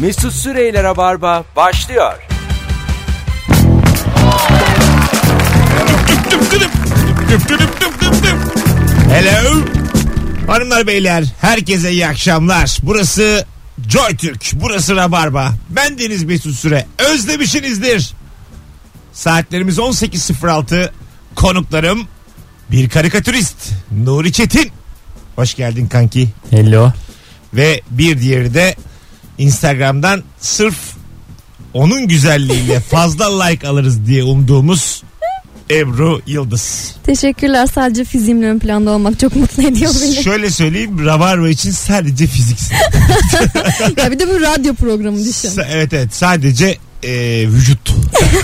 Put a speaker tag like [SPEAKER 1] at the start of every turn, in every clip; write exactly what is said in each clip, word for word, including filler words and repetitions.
[SPEAKER 1] Mesut Süreyler'e Barba başlıyor.
[SPEAKER 2] Hello. Hanımlar beyler, herkese iyi akşamlar. Burası JoyTürk, burası Rabarba. Ben Deniz Mesut Süre. Özlemişsinizdir. Saatlerimiz on sekiz sıfır altı. Konuklarım bir karikatürist Nuri Çetin. Hoş geldin kanki.
[SPEAKER 3] Hello.
[SPEAKER 2] Ve bir diğeri de Instagram'dan sırf onun güzelliğiyle fazla like alırız diye umduğumuz Ebru Yıldız.
[SPEAKER 4] Teşekkürler. Sadece fiziğimle ön planda olmak çok mutlu ediyor beni.
[SPEAKER 2] Şöyle söyleyeyim, Rabarba için sadece fiziksin.
[SPEAKER 4] Ya bir de bu radyo programı düşün.
[SPEAKER 2] Evet evet, sadece e, vücut.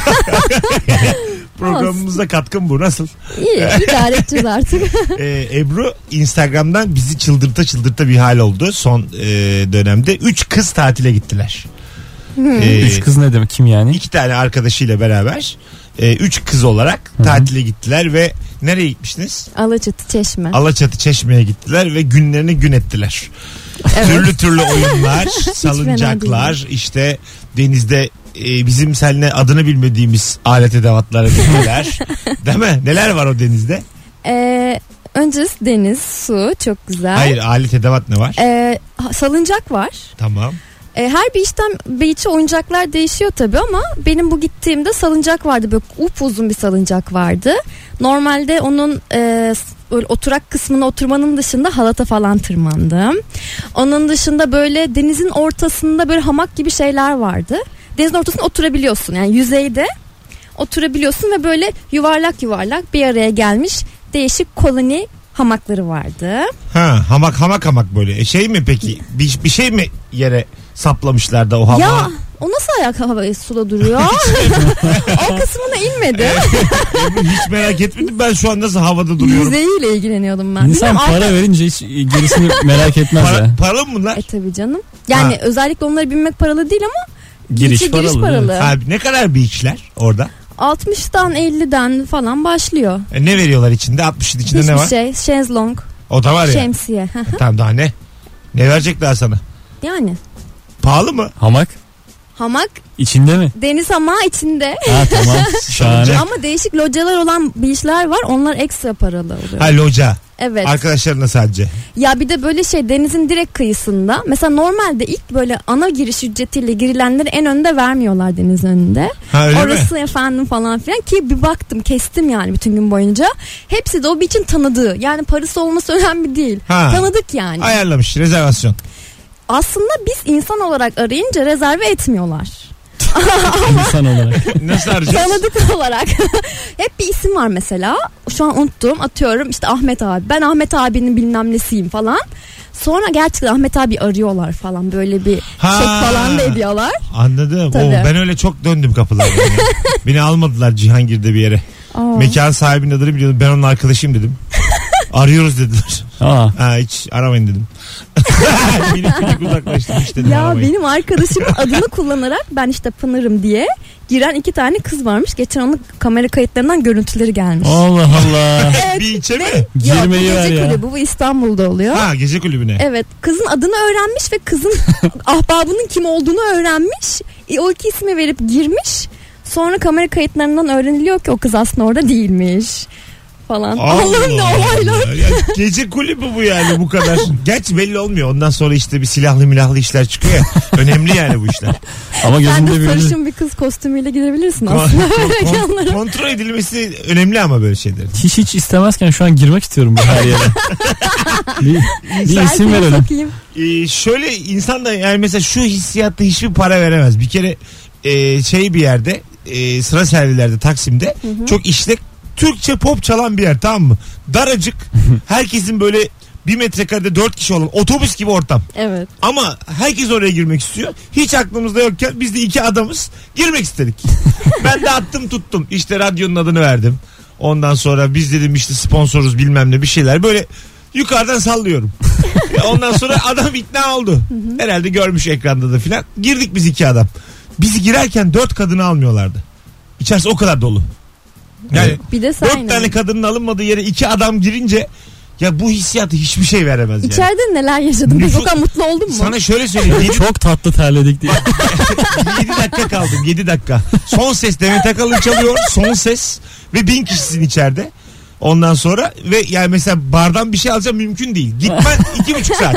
[SPEAKER 2] Programımıza katkın bu. Nasıl?
[SPEAKER 4] İyi, idare edeceğiz artık.
[SPEAKER 2] ee, Ebru Instagram'dan bizi çıldırta çıldırta bir hal oldu son e, dönemde. Üç kız tatile gittiler.
[SPEAKER 4] Hmm.
[SPEAKER 2] Ee,
[SPEAKER 3] Üç kız ne demek, kim yani?
[SPEAKER 2] İki tane arkadaşıyla beraber e, üç kız olarak Hı-hı. tatile gittiler ve nereye gitmiştiniz?
[SPEAKER 4] Alaçatı, Çeşme.
[SPEAKER 2] Alaçatı, Çeşme'ye gittiler ve günlerini gün ettiler. Evet. Türlü türlü oyunlar, salıncaklar, işte denizde e, bizim seninle adını bilmediğimiz alet edevatlara gittiler. Değil mi? Neler var o denizde?
[SPEAKER 4] Ee, öncesi deniz, su çok güzel.
[SPEAKER 2] Hayır, alet edevat ne var?
[SPEAKER 4] Ee, salıncak var.
[SPEAKER 2] Tamam.
[SPEAKER 4] Ee, her beach'ten beach'e oyuncaklar değişiyor tabii ama benim bu gittiğimde salıncak vardı. Böyle upuzun bir salıncak vardı. Normalde onun e, böyle oturak kısmına oturmanın dışında halata falan tırmandım. Onun dışında böyle denizin ortasında böyle hamak gibi şeyler vardı. Denizin ortasında oturabiliyorsun, yani yüzeyde oturabiliyorsun ve böyle yuvarlak yuvarlak bir araya gelmiş değişik koloni hamakları vardı.
[SPEAKER 2] Ha, hamak hamak hamak böyle. E şey mi peki? Bir, bir şey mi yere saplamışlar da o hamağı?
[SPEAKER 4] Ya o nasıl ayak havaya suda duruyor? O kısmına inmedim.
[SPEAKER 2] Hiç merak etmedim, ben şu an nasıl havada duruyorum.
[SPEAKER 4] Yüzeyiyle ilgileniyordum ben.
[SPEAKER 3] İnsan
[SPEAKER 4] Bilmiyorum,
[SPEAKER 3] para
[SPEAKER 4] arka...
[SPEAKER 3] verince hiç gerisini merak etmez
[SPEAKER 2] Para,
[SPEAKER 3] ya.
[SPEAKER 2] paralı mı bunlar?
[SPEAKER 4] E tabii canım. Yani ha. Özellikle onları binmek paralı değil ama
[SPEAKER 3] giriş paralı.
[SPEAKER 4] Giriş paralı.
[SPEAKER 2] Abi, ne kadar beachler orada?
[SPEAKER 4] altmıştan elliden falan başlıyor.
[SPEAKER 2] E ne veriyorlar içinde? altmışın içinde
[SPEAKER 4] Hiçbir
[SPEAKER 2] ne var?
[SPEAKER 4] Hiçbir şey. Şezlong.
[SPEAKER 2] O da var ya.
[SPEAKER 4] Şemsiye.
[SPEAKER 2] E, tamam, daha ne? Ne verecekler sana?
[SPEAKER 4] Yani.
[SPEAKER 2] Pahalı mı?
[SPEAKER 3] Hamak?
[SPEAKER 4] Hamak.
[SPEAKER 3] İçinde mi?
[SPEAKER 4] Deniz hamağı içinde.
[SPEAKER 3] Ha tamam. Şahane.
[SPEAKER 4] Ama değişik localar olan beachler var. Onlar ekstra paralı oluyor.
[SPEAKER 2] Ha, loca.
[SPEAKER 4] Evet.
[SPEAKER 2] Arkadaşlarına sadece.
[SPEAKER 4] Ya bir de böyle şey, denizin direkt kıyısında. Mesela normalde ilk böyle ana giriş ücretiyle girilenleri en önde vermiyorlar deniz önünde.
[SPEAKER 2] Ha, öyle
[SPEAKER 4] Orası
[SPEAKER 2] mi?
[SPEAKER 4] Efendim falan filan, ki bir baktım kestim yani bütün gün boyunca. Hepsi de o beach'in tanıdığı. Yani parası olması önemli değil.
[SPEAKER 2] Ha.
[SPEAKER 4] Tanıdık yani.
[SPEAKER 2] Ayarlamış, rezervasyon.
[SPEAKER 4] Aslında biz insan olarak arayınca rezerve etmiyorlar.
[SPEAKER 3] İnsan olarak.
[SPEAKER 2] Nasıl arayacağız?
[SPEAKER 4] Tanıdık olarak. Hep bir isim var mesela. Şu an unuttum. Atıyorum işte Ahmet abi. Ben Ahmet abinin bilmem nesiyim falan. Sonra gerçekten Ahmet abi arıyorlar falan. Böyle bir
[SPEAKER 2] ha.
[SPEAKER 4] çek falan da ediyorlar.
[SPEAKER 2] Anladım.
[SPEAKER 4] Tabii.
[SPEAKER 2] Oo, ben öyle çok döndüm kapılardan. Yani. Beni almadılar Cihangir'de bir yere. Aa. Mekan sahibinin adını biliyordum. Ben onun arkadaşıyım dedim. Arıyoruz dediler.
[SPEAKER 3] Aa.
[SPEAKER 2] Ha, hiç aramayın dedim. minik minik uzaklaştım işte.
[SPEAKER 4] Ya
[SPEAKER 2] aramayın.
[SPEAKER 4] benim arkadaşımın adını kullanarak ben işte Pınar'ım diye giren iki tane kız varmış. Geçen onun kamera kayıtlarından görüntüleri gelmiş.
[SPEAKER 3] Allah Allah.
[SPEAKER 4] Evet.
[SPEAKER 2] Bir içe mi?
[SPEAKER 3] Girmeyi ver ya.
[SPEAKER 4] Kulübü, bu İstanbul'da oluyor.
[SPEAKER 2] Ha, gece kulübüne.
[SPEAKER 4] Evet, kızın adını öğrenmiş ve kızın ahbabının kim olduğunu öğrenmiş. E, o iki ismi verip girmiş. Sonra kamera kayıtlarından öğreniliyor ki o kız aslında orada değilmiş falan. Allah'ım ne olaylar.
[SPEAKER 2] Ya, gece kulübü bu yani, bu kadar. Gerçi belli olmuyor. Ondan sonra işte bir silahlı milahlı işler çıkıyor ya. Önemli yani bu işler.
[SPEAKER 3] Ama
[SPEAKER 4] Sen
[SPEAKER 3] gözünde
[SPEAKER 4] de
[SPEAKER 3] bir
[SPEAKER 4] sarışın bir kız kostümüyle gidebilirsin aslında.
[SPEAKER 2] Kon- kon- kontrol edilmesi önemli ama böyle şeylerin.
[SPEAKER 3] Hiç hiç istemezken şu an girmek istiyorum bu her yere. bir, bir isim verelim.
[SPEAKER 2] Ee, şöyle insan da yani mesela şu hissiyatta hiçbir para veremez. Bir kere e, şey bir yerde e, sıra servilerde Taksim'de hı hı. çok işlek Türkçe pop çalan bir yer, tamam mı? Daracık, herkesin böyle bir metrekarede dört kişi olan otobüs gibi ortam.
[SPEAKER 4] Evet.
[SPEAKER 2] Ama herkes oraya girmek istiyor. Hiç aklımızda yokken biz de iki adamız girmek istedik. Ben de attım tuttum. İşte radyonun adını verdim. Ondan sonra biz dedim işte sponsoruz bilmem ne bir şeyler. Böyle yukarıdan sallıyorum. Ondan sonra adam ikna oldu. Herhalde görmüş ekranda da filan. Girdik biz iki adam. Bizi girerken dört kadını almıyorlardı. İçerisi o kadar dolu. Yani
[SPEAKER 4] bir de
[SPEAKER 2] dört tane kadının alınmadığı yere iki adam girince Ya bu hissiyatı hiçbir şey veremez yani.
[SPEAKER 4] İçeride neler yaşadın? Peki
[SPEAKER 2] Nüfus-
[SPEAKER 4] o kadar mutlu oldun mu?
[SPEAKER 2] Sana şöyle söyleyeyim. yedi,
[SPEAKER 3] Çok tatlı terledik diye.
[SPEAKER 2] yedi dakika kaldım. yedi dakika. Son ses Demet Akalın çalıyor. Son ses. Ve bin kişisin içeride. Ondan sonra ve yani mesela bardan bir şey alacağım mümkün değil. Gitmen iki buçuk saat.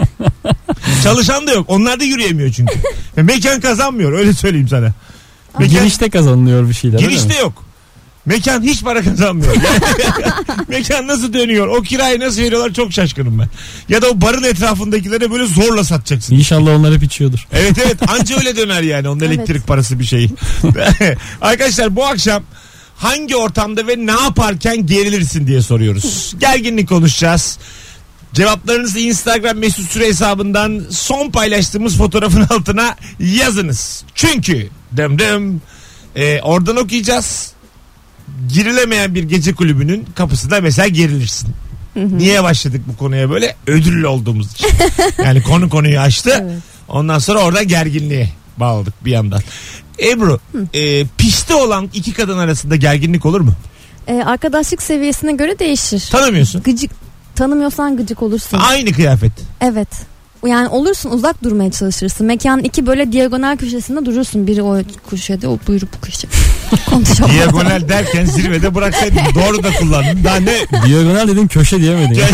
[SPEAKER 2] Çalışan da yok. Onlar da yürüyemiyor çünkü. Ve mekan kazanmıyor. Öyle söyleyeyim sana. Mekan,
[SPEAKER 3] Girişte kazanılıyor bir şeyler.
[SPEAKER 2] girişte yok. Mekan hiç para kazanmıyor. Yani, mekan nasıl dönüyor? O kirayı nasıl veriyorlar çok şaşkınım ben. Ya da o barın etrafındakilere böyle zorla satacaksın.
[SPEAKER 3] İnşallah onlar hep içiyordur.
[SPEAKER 2] Evet evet anca öyle döner yani onun
[SPEAKER 4] Evet.
[SPEAKER 2] elektrik parası bir şeyi. Arkadaşlar bu akşam hangi ortamda ve ne yaparken gerilirsin diye soruyoruz. Gerginlik konuşacağız. Cevaplarınızı Instagram mesut süre hesabından son paylaştığımız fotoğrafın altına yazınız. Çünkü dım dım e, oradan okuyacağız. Girilemeyen bir gece kulübünün kapısında mesela gerilirsin. Niye başladık bu konuya böyle? Ödüllü olduğumuz için. Yani konu konuyu açtı.
[SPEAKER 4] Evet.
[SPEAKER 2] Ondan sonra orada gerginliğe bağladık bir yandan. Ebru, e, pişti olan iki kadın arasında gerginlik olur mu?
[SPEAKER 4] Ee, arkadaşlık seviyesine göre değişir.
[SPEAKER 2] Tanımıyorsun.
[SPEAKER 4] Gıcık tanımıyorsan gıcık olursun.
[SPEAKER 2] Aynı kıyafet.
[SPEAKER 4] Evet. Yani olursun uzak durmaya çalışırsın. Mekanın iki böyle diagonal köşesinde durursun. Biri o köşede, o buyur bu köşe. Konuşamadım.
[SPEAKER 2] Diagonal derken zirvede bıraksaydın. Doğru da kullandın. Daha ne?
[SPEAKER 3] Diagonal dedim, köşe diyemedin ya.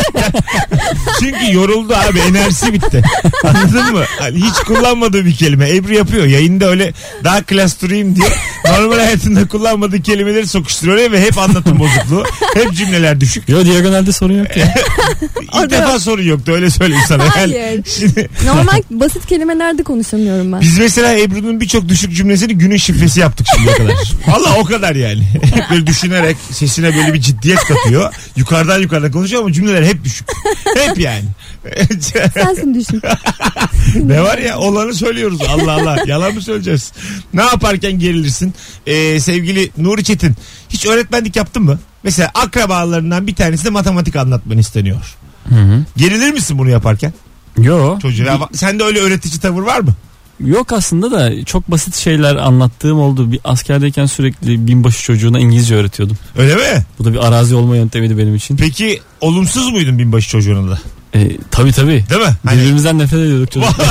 [SPEAKER 2] Çünkü yoruldu abi, enerjisi bitti. Anladın mı? Hani hiç kullanmadığı bir kelime. Ebru yapıyor. Yayında öyle daha klas durayım diye normal hayatında kullanmadığı kelimeleri sokuşturuyor ve hep anlatım bozukluğu. Hep cümleler düşük.
[SPEAKER 3] Yo, diagonalde sorun yok ya.
[SPEAKER 2] İlk defa sorun yoktu, öyle söyleyeyim sana. Yani
[SPEAKER 4] Hayır.
[SPEAKER 2] şimdi
[SPEAKER 4] Normal basit kelimelerde konuşamıyorum ben.
[SPEAKER 2] biz mesela Ebru'nun birçok düşük cümlesini günün şifresi yaptık şimdiye kadar. Valla o kadar yani. Hep böyle düşünerek sesine böyle bir ciddiyet katıyor. Yukarıdan yukarıdan konuşuyor ama cümleler hep düşük. Hep yani.
[SPEAKER 4] Sensin düşün.
[SPEAKER 2] Ne var ya, olanı söylüyoruz. Allah Allah, yalan mı söyleyeceğiz? Ne yaparken gerilirsin? Ee, sevgili Nuri Çetin, hiç öğretmenlik yaptın mı? Mesela akrabalarından bir tanesine matematik anlatmanı isteniyor.
[SPEAKER 3] Hı hı.
[SPEAKER 2] Gerilir misin bunu yaparken?
[SPEAKER 3] Yo.
[SPEAKER 2] Çocuğa sende öyle öğretici tavır var mı?
[SPEAKER 3] Yok aslında da çok basit şeyler anlattığım oldu. Bir askerdeyken sürekli binbaşı çocuğuna İngilizce öğretiyordum.
[SPEAKER 2] Öyle mi?
[SPEAKER 3] Bu da bir arazi olma yöntemiydi benim için.
[SPEAKER 2] Peki olumsuz muydun binbaşı çocuğuna da?
[SPEAKER 3] E, tabii tabii.
[SPEAKER 2] Değil mi? Hani
[SPEAKER 3] Birbirimizden nefret ediyorduk çocuklar.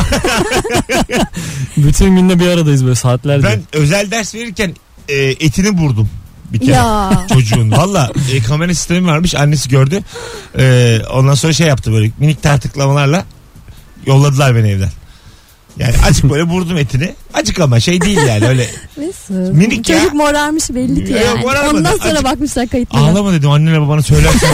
[SPEAKER 3] Bütün günde bir aradayız böyle saatlerce.
[SPEAKER 2] ben özel ders verirken e, etini vurdum bir kere.
[SPEAKER 4] Ya.
[SPEAKER 2] Çocuğun. Valla e, kamera sistemi varmış, annesi gördü. E, ondan sonra şey yaptı, böyle minik tartıklamalarla yolladılar beni evden. Yani azıcık böyle vurdum etini. Azıcık ama şey değil yani, öyle.
[SPEAKER 4] Nasıl?
[SPEAKER 2] Minik ya.
[SPEAKER 4] Çocuk morarmış belli ki
[SPEAKER 2] Yok,
[SPEAKER 4] yani.
[SPEAKER 2] morarmadı.
[SPEAKER 4] Ondan sonra
[SPEAKER 2] Acık-
[SPEAKER 4] bakmışlar kayıtlara.
[SPEAKER 2] Ağlama dedim, annene babana söylersen.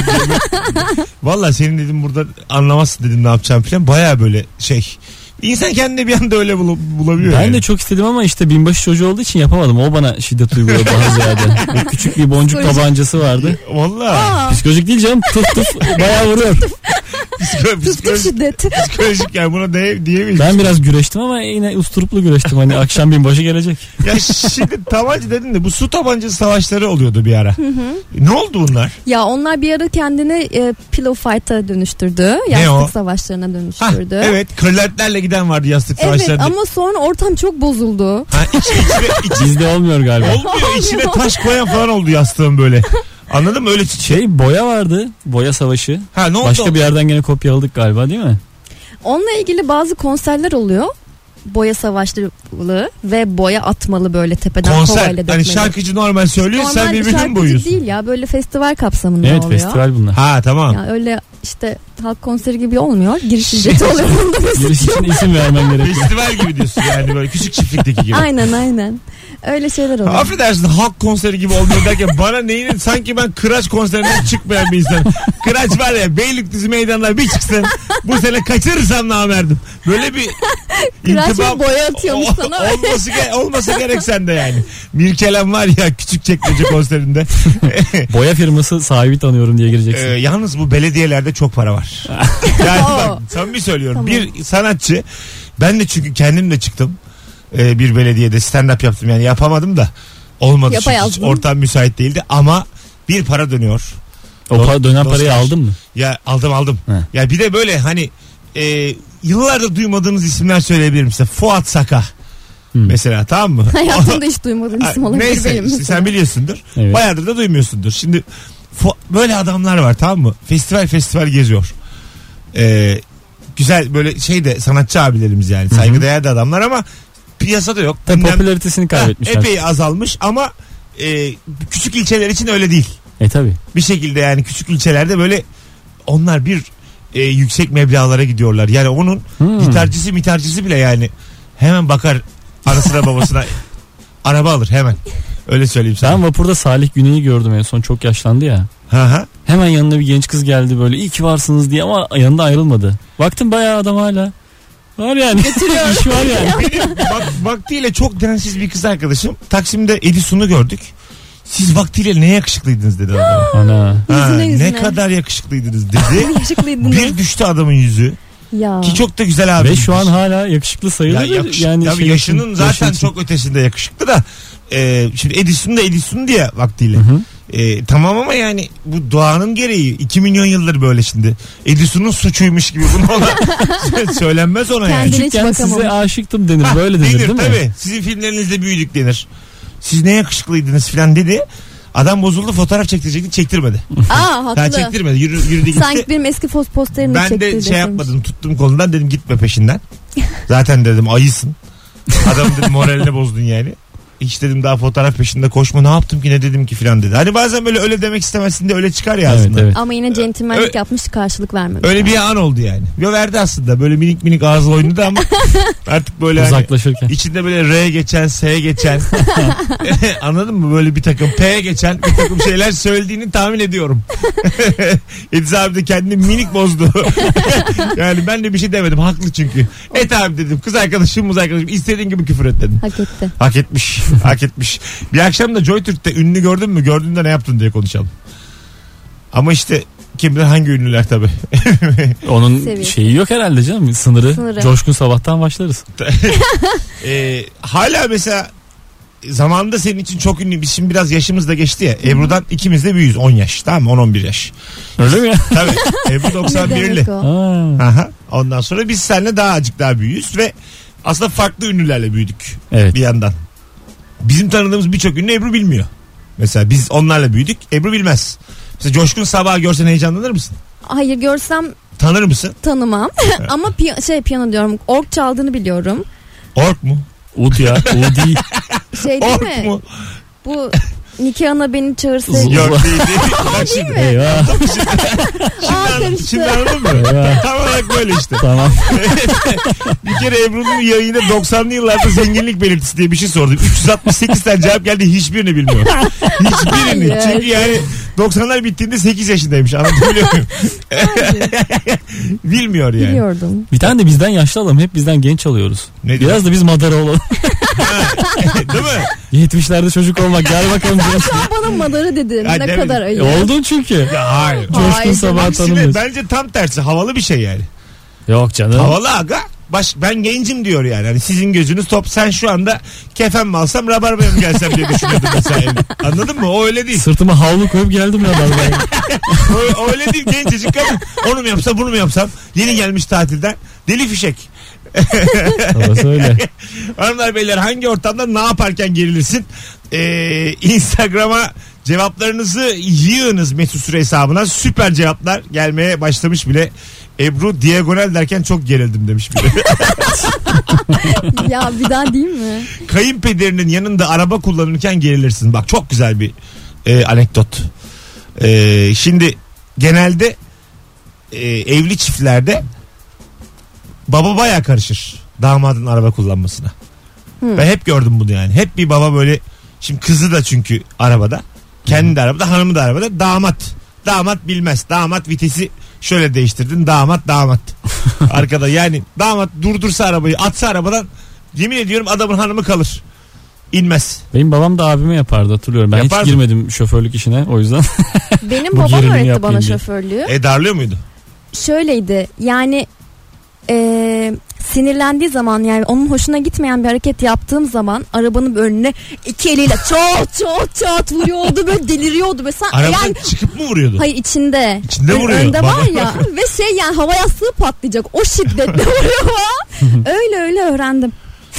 [SPEAKER 2] Valla senin dedim burada anlamazsın dedim ne yapacağım falan. Baya böyle şey. İnsan kendini bir anda öyle bul- bulabiliyor
[SPEAKER 3] Ben
[SPEAKER 2] yani.
[SPEAKER 3] de çok istedim ama işte binbaşı çocuğu olduğu için yapamadım. O bana şiddet uyguladı daha ziyade. Böyle küçük bir boncuk
[SPEAKER 4] Psikolojik.
[SPEAKER 3] tabancası vardı.
[SPEAKER 2] Valla.
[SPEAKER 4] Aa,
[SPEAKER 3] Psikolojik değil canım. Tuf tuf bayağı vuruyor.
[SPEAKER 2] Psiko-
[SPEAKER 4] tutkun
[SPEAKER 2] psikolojik,
[SPEAKER 4] şiddeti.
[SPEAKER 2] psikolojik yani, buna de, diyemeyiz.
[SPEAKER 3] Ben biraz güreştim ama yine usturuplu güreştim. Hani akşam binbaşı gelecek.
[SPEAKER 2] Ya şimdi tabanca dedin de bu su tabancası savaşları oluyordu bir ara. Ne oldu bunlar?
[SPEAKER 4] Ya onlar bir ara kendini e, pillow fight'a dönüştürdü.
[SPEAKER 2] Ne o?
[SPEAKER 4] Yastık savaşlarına
[SPEAKER 2] Hah,
[SPEAKER 4] dönüştürdü.
[SPEAKER 2] evet, kırlentlerle giden vardı yastık
[SPEAKER 4] Evet
[SPEAKER 2] savaşlarında.
[SPEAKER 4] ama sonra ortam çok bozuldu.
[SPEAKER 2] Ha, iç, içine, iç-
[SPEAKER 3] Bizde olmuyor galiba.
[SPEAKER 2] olmuyor, içine taş koyan falan oldu yastığın böyle. Anladın mı? Öyle şey.
[SPEAKER 3] Şey boya vardı. Boya savaşı.
[SPEAKER 2] Ha, ne oldu?
[SPEAKER 3] Başka bir yerden gene kopyaladık galiba değil mi?
[SPEAKER 4] Onunla ilgili bazı konserler oluyor. Boya savaşlı ve boya atmalı böyle tepeden
[SPEAKER 2] Konser.
[SPEAKER 4] kovayla
[SPEAKER 2] Hani
[SPEAKER 4] dökmeli.
[SPEAKER 2] şarkıcı normal söylüyor, sen
[SPEAKER 4] Normal
[SPEAKER 2] birbirini mi
[SPEAKER 4] şarkıcı
[SPEAKER 2] boyuyorsun?
[SPEAKER 4] değil ya, böyle festival kapsamında
[SPEAKER 3] Evet,
[SPEAKER 4] oluyor.
[SPEAKER 3] festival bunlar.
[SPEAKER 2] Ha tamam.
[SPEAKER 4] Ya öyle işte halk konseri gibi olmuyor. Giriş ücreti oluyor. Bunda
[SPEAKER 3] Giriş için isim vermen gerekiyor.
[SPEAKER 2] Festival gibi diyorsun yani, böyle küçük çiftlikteki gibi.
[SPEAKER 4] Aynen aynen. Öyle şeyler oluyor.
[SPEAKER 2] Affedersin, halk konseri gibi olmuyor derken bana neyin, sanki ben Kıraç konserinden çıkmayan bir insanım. Kıraç var ya, Beylikdüzü meydanlar bir çıksın, bu sene kaçırırsam namerdim. Böyle bir
[SPEAKER 4] Kıraç
[SPEAKER 2] intibam
[SPEAKER 4] bir boya atıyormuş
[SPEAKER 2] o-
[SPEAKER 4] sana.
[SPEAKER 2] olması, ge- olması gerek sende yani. Mirkelem var ya küçük çekmece konserinde.
[SPEAKER 3] Boya firması sahibi tanıyorum diye
[SPEAKER 2] Ee,
[SPEAKER 3] gireceksin.
[SPEAKER 2] yalnız bu belediyelerde çok para var. Yani bak, samimi söylüyorum.
[SPEAKER 4] Tamam.
[SPEAKER 2] Bir sanatçı, ben de çünkü kendim de çıktım. Ee, bir belediyede stand up yaptım, yani yapamadım da olmadı çünkü hiç
[SPEAKER 4] Yapayaldım.
[SPEAKER 2] ortam müsait değildi ama bir para dönüyor.
[SPEAKER 3] O pa- dönen parayı
[SPEAKER 2] dostlar.
[SPEAKER 3] aldın mı?
[SPEAKER 2] Ya aldım aldım.
[SPEAKER 3] He.
[SPEAKER 2] Ya bir de böyle hani e, yıllardır duymadığınız isimler söyleyebilirim size. Fuat Saka.
[SPEAKER 3] Hmm.
[SPEAKER 2] Mesela, tamam mı?
[SPEAKER 4] Hayatımda hiç duymadığım isim olabilir
[SPEAKER 2] Neyse
[SPEAKER 4] benim.
[SPEAKER 2] işte sen biliyorsundur.
[SPEAKER 3] Evet.
[SPEAKER 2] Bayağıdır da duymuyorsundur. Şimdi Fo- böyle adamlar var, tamam mı? Festival festival geziyor. Ee, güzel böyle şey de sanatçı abilerimiz yani. Saygıdeğer de adamlar ama piyasada yok.
[SPEAKER 3] Tabii
[SPEAKER 2] Gündem-
[SPEAKER 3] popülaritesini kaybetmişler.
[SPEAKER 2] Ha, epey azalmış ama e, küçük ilçeler için öyle değil.
[SPEAKER 3] E tabii.
[SPEAKER 2] Bir şekilde yani küçük ilçelerde böyle onlar bir e, yüksek meblağlara gidiyorlar. Yani onun
[SPEAKER 3] Hmm.
[SPEAKER 2] gitarcısı mitarcısı bile yani hemen bakar anasına babasına araba alır hemen. Öyle söyleyeyim sana.
[SPEAKER 3] Ben vapurda Salih Güney'i gördüm en son, çok yaşlandı ya.
[SPEAKER 2] Hı hı.
[SPEAKER 3] Hemen yanına bir genç kız geldi böyle, iyi ki varsınız diye, ama yanında ayrılmadı. Baktım bayağı adam hala. Var yani. İş var yani.
[SPEAKER 2] Benim bak, vaktiyle çok densiz bir kız arkadaşım Taksim'de Edison'u gördük. Siz vaktiyle ne yakışıklıydınız dedi adam.
[SPEAKER 3] Ana.
[SPEAKER 2] Ha,
[SPEAKER 4] Yüzüne yüzüne.
[SPEAKER 2] ne kadar yakışıklıydınız dedi.
[SPEAKER 4] Yakışıklıydınız.
[SPEAKER 2] Bir düştü adamın yüzü.
[SPEAKER 4] Ya.
[SPEAKER 2] Ki çok da güzel abi.
[SPEAKER 3] Ve şu an hala yakışıklı sayılır.
[SPEAKER 2] ya yakışık,
[SPEAKER 3] yani
[SPEAKER 2] tabii
[SPEAKER 3] şey
[SPEAKER 2] yaşının
[SPEAKER 3] için,
[SPEAKER 2] zaten
[SPEAKER 3] yaşı için.
[SPEAKER 2] çok ötesinde yakışıklı da. E, şimdi Edison da Edison diye vaktiyle.
[SPEAKER 3] Hı hı.
[SPEAKER 2] E, tamam ama yani bu doğanın gereği iki milyon yıldır böyle şimdi. Edison'un suçuymuş gibi bunu ona söylenmez ona yani.
[SPEAKER 4] Kendine hiç
[SPEAKER 3] Küçükken size
[SPEAKER 4] bakamamış.
[SPEAKER 3] aşıktım denir.
[SPEAKER 2] Ha,
[SPEAKER 3] Böyle denir,
[SPEAKER 2] denir
[SPEAKER 3] değil mi?
[SPEAKER 2] tabii. Sizin filmlerinizde büyüdük denir. Siz ne yakışıklıydınız falan dedi. Adam bozuldu, fotoğraf çektirecekti, çektirmedi.
[SPEAKER 4] Aa
[SPEAKER 2] Daha
[SPEAKER 4] haklı.
[SPEAKER 2] çektirmedi. Yürü, yürüdü gitti.
[SPEAKER 4] Sanki benim eski post posterimi
[SPEAKER 2] Ben
[SPEAKER 4] çekti.
[SPEAKER 2] de şey
[SPEAKER 4] deseymiş.
[SPEAKER 2] yapmadım, tuttum kolundan, dedim gitme peşinden. Zaten dedim ayısın. Adam dedim moralini bozdun yani. Hiç dedim daha fotoğraf peşinde koşma, ne yaptım ki ne dedim ki filan dedi. Hani bazen böyle öyle demek istemezsin de öyle çıkar ya
[SPEAKER 3] Evet,
[SPEAKER 2] aslında.
[SPEAKER 3] evet.
[SPEAKER 4] Ama yine centilmenlik
[SPEAKER 2] Ö-
[SPEAKER 4] yapmış, karşılık vermemiş.
[SPEAKER 2] Öyle bir an oldu yani. Yo verdi aslında, böyle minik minik ağızla oynadı ama artık böyle hani
[SPEAKER 3] Uzaklaşırken.
[SPEAKER 2] içinde böyle R geçen, S geçen anladın mı, böyle bir takım P geçen bir takım şeyler söylediğini tahmin ediyorum. Ediz abi de kendini minik bozdu. Yani ben de bir şey demedim, haklı çünkü. Et abi dedim, kız arkadaşım muz arkadaşım, istediğin gibi küfür et dedim.
[SPEAKER 4] Hak etti.
[SPEAKER 2] Hak etmiş. Hak etmiş. Bir akşam da JoyTürk'te ünlü gördün mü? Gördüğünde ne yaptın diye konuşalım. Ama işte kim bilir hangi ünlüler tabii.
[SPEAKER 3] Onun
[SPEAKER 4] Seviyor.
[SPEAKER 3] şeyi yok herhalde canım. Sınırı.
[SPEAKER 4] Sınırı.
[SPEAKER 3] Coşkun sabahtan başlarız.
[SPEAKER 2] Ee, hala mesela zamanında senin için çok ünlü. Biz şimdi biraz yaşımız da geçti ya. Ebru'dan ikimiz de büyüğüz. on yaş, tamam mı? on on bir yaş.
[SPEAKER 3] Öyle mi ya?
[SPEAKER 2] Tabii. Ebru doksan
[SPEAKER 4] Ne
[SPEAKER 2] birli.
[SPEAKER 4] demek o?
[SPEAKER 3] Aa,
[SPEAKER 2] Aha. Ondan sonra biz seninle daha azıcık daha büyüğüz ve aslında farklı ünlülerle büyüdük
[SPEAKER 3] evet.
[SPEAKER 2] bir yandan. Bizim tanıdığımız birçok ünlü Ebru bilmiyor. Mesela biz onlarla büyüdük. Ebru bilmez. Mesela Coşkun Sabah'ı görsen heyecanlanır mısın?
[SPEAKER 4] Hayır, görsem
[SPEAKER 2] Tanır mısın?
[SPEAKER 4] tanımam. Ama piy- şey piyano diyorum. Org çaldığını biliyorum.
[SPEAKER 2] Ork mu?
[SPEAKER 3] Ud ya. Ud değil.
[SPEAKER 4] Şey değil
[SPEAKER 2] Ork
[SPEAKER 4] mi?
[SPEAKER 2] mu?
[SPEAKER 4] Bu nikahına beni çağırsa.
[SPEAKER 3] Zul-
[SPEAKER 2] Yok değil değil. Bak şimdi.
[SPEAKER 3] Eyvah.
[SPEAKER 2] Şimdi,
[SPEAKER 4] Aa,
[SPEAKER 2] anladın,
[SPEAKER 4] karıştı.
[SPEAKER 2] şimdi anladın mı?
[SPEAKER 3] Eyvah.
[SPEAKER 2] Tam olarak böyle işte.
[SPEAKER 3] Tamam.
[SPEAKER 2] Bir kere Ebru'nun yayında doksanlı yıllarda zenginlik belirtisi diye bir şey sordum. üç yüz altmış sekiz tane cevap geldi, hiçbirini bilmiyor. Hiçbirini.
[SPEAKER 4] Hayır.
[SPEAKER 2] Çünkü yani doksanlar bittiğinde sekiz yaşındaymış, anlatabiliyor muyum? Bilmiyor yani.
[SPEAKER 4] Biliyordum.
[SPEAKER 3] Bir tane de bizden yaşlı alalım. Hep bizden genç alıyoruz.
[SPEAKER 2] Ne diyor?
[SPEAKER 3] Biraz da biz madara olalım.
[SPEAKER 2] Değil mi?
[SPEAKER 3] yetmişlerde çocuk olmak. Gel bakalım.
[SPEAKER 4] Sen bana madara dedin.
[SPEAKER 2] Ya
[SPEAKER 4] ne
[SPEAKER 2] demedim.
[SPEAKER 4] kadar ayıp.
[SPEAKER 3] Oldun çünkü.
[SPEAKER 2] Ya hayır.
[SPEAKER 3] Coşkun
[SPEAKER 4] Hayır,
[SPEAKER 3] sabah
[SPEAKER 2] Aksine
[SPEAKER 3] tanımıyoruz.
[SPEAKER 2] bence tam tersi, havalı bir şey yani.
[SPEAKER 3] Yok canım.
[SPEAKER 2] Havalı aga. Baş, ben gencim diyor yani. Hani sizin gözünüz top. Sen şu anda kefen mi alsam, rabarbaya mı gelsem diye düşünüyordun mesela. Yani. Anladın mı? O öyle değil.
[SPEAKER 3] Sırtıma havlu koyup geldim ya.
[SPEAKER 2] O, o öyle değil. Gencecik kadın. Onu mu yapsam, bunu mu yapsam? Yeni gelmiş tatilden. Deli fişek.
[SPEAKER 3] Orası öyle.
[SPEAKER 2] Hanımlar beyler, hangi ortamda ne yaparken gerilirsin? Ee, Instagram'a cevaplarınızı yığınız Mesut Süre hesabına. Süper cevaplar gelmeye başlamış bile. Ebru diagonal derken çok gerildim demiş biri.
[SPEAKER 4] Ya bir daha değil mi?
[SPEAKER 2] Kayınpederinin yanında araba kullanırken gerilirsin. Bak çok güzel bir e, anekdot. E, şimdi genelde e, evli çiftlerde baba baya karışır damadın araba kullanmasına.
[SPEAKER 4] Hmm.
[SPEAKER 2] Ben hep gördüm bunu yani. Hep bir baba böyle, şimdi kızı da çünkü arabada, kendi de arabada, hanımı da arabada, damat. Damat bilmez. Damat vitesi şöyle değiştirdin. Damat damat. Arkada yani damat durdursa arabayı, atsa arabadan, yemin ediyorum adamın hanımı kalır. İnmez.
[SPEAKER 3] Benim babam da abime yapardı, hatırlıyorum. Ben
[SPEAKER 2] Yapar
[SPEAKER 3] hiç
[SPEAKER 2] mı?
[SPEAKER 3] girmedim şoförlük işine, o yüzden.
[SPEAKER 4] Benim
[SPEAKER 3] Bu
[SPEAKER 4] babam
[SPEAKER 3] gerilimi
[SPEAKER 4] öğretti
[SPEAKER 3] yapmayayım
[SPEAKER 4] bana
[SPEAKER 3] diye.
[SPEAKER 4] şoförlüğü.
[SPEAKER 2] E darlıyor muydu?
[SPEAKER 4] Şöyleydi yani e, sinirlendiği zaman, yani onun hoşuna gitmeyen bir hareket yaptığım zaman arabanın önüne iki eliyle çat çat çat vuruyordu, böyle deliriyordu. Böyle sen,
[SPEAKER 2] Arabadan
[SPEAKER 4] yani,
[SPEAKER 2] çıkıp mı vuruyordu?
[SPEAKER 4] hayır içinde.
[SPEAKER 2] İçinde
[SPEAKER 4] Ön-
[SPEAKER 2] vuruyor.
[SPEAKER 4] Önde
[SPEAKER 2] Baba.
[SPEAKER 4] var ya ve şey yani hava yastığı patlayacak. O şiddetle vuruyor falan. Öyle öyle öğrendim.